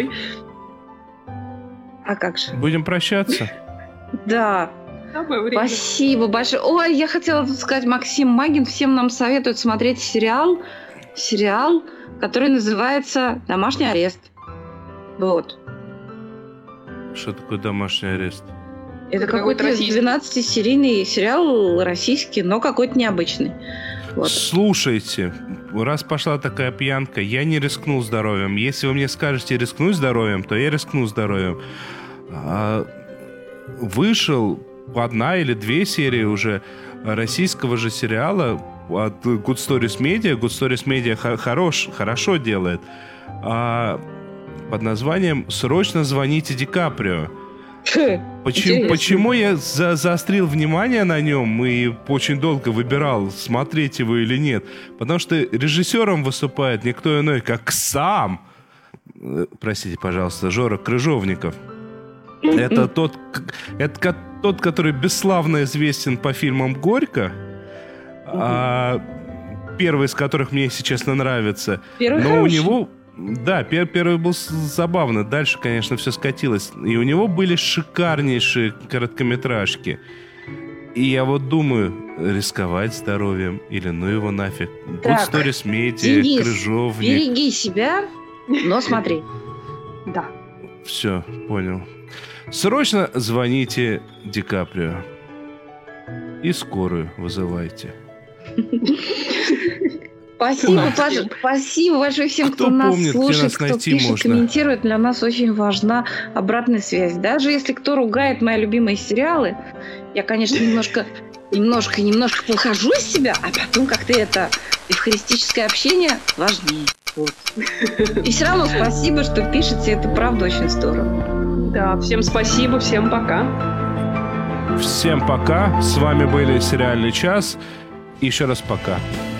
А как же? Будем прощаться? Да. Спасибо большое. Ой, я хотела тут сказать, Максим Магин всем нам советует смотреть сериал, сериал, который называется «Домашний арест». Вот. Что такое «Домашний арест»? Это, это какой-то двенадцатисерийный сериал российский, но какой-то необычный. Вот. Слушайте, раз пошла такая пьянка, я не рискну здоровьем. Если вы мне скажете рискну здоровьем, то я рискну здоровьем. А, вышел одна или две серии уже российского же сериала от Good Stories Media. Good Stories Media хорош, хорошо делает. А, под названием «Срочно звоните Ди Каприо». Почему, почему я за, заострил внимание на нем и очень долго выбирал, смотреть его или нет? Потому что режиссером выступает никто иной, как сам, простите, пожалуйста, Жора Крыжовников. Это тот, это тот, который бесславно известен по фильмам «Горько», А, первый из которых мне, если честно, нравится. Первый Но хороший. у него... Да, пер- первый был с- забавно. Дальше, конечно, все скатилось. И у него были шикарнейшие короткометражки. И я вот думаю, рисковать здоровьем или ну его нафиг. Так, Good Stories Media, Денис, Крыжовник. береги себя, но смотри. Да. Все, понял. Срочно звоните Ди Каприо. И скорую вызывайте. Спасибо, Ой, Паша, всем. спасибо большое всем, Кто кто, нас помнит, где слушает, нас кто найти пишет, можно? комментирует. Для нас очень важна обратная связь. Даже если кто ругает мои любимые сериалы, я, конечно, немножко, немножко, немножко похожу из себя, а потом как-то это эвхаристическое общение важнее. Вот. И все равно спасибо, что пишете, это правда очень здорово. Да, всем спасибо, всем пока. Всем пока. С вами были «Сериальный час». Еще раз пока.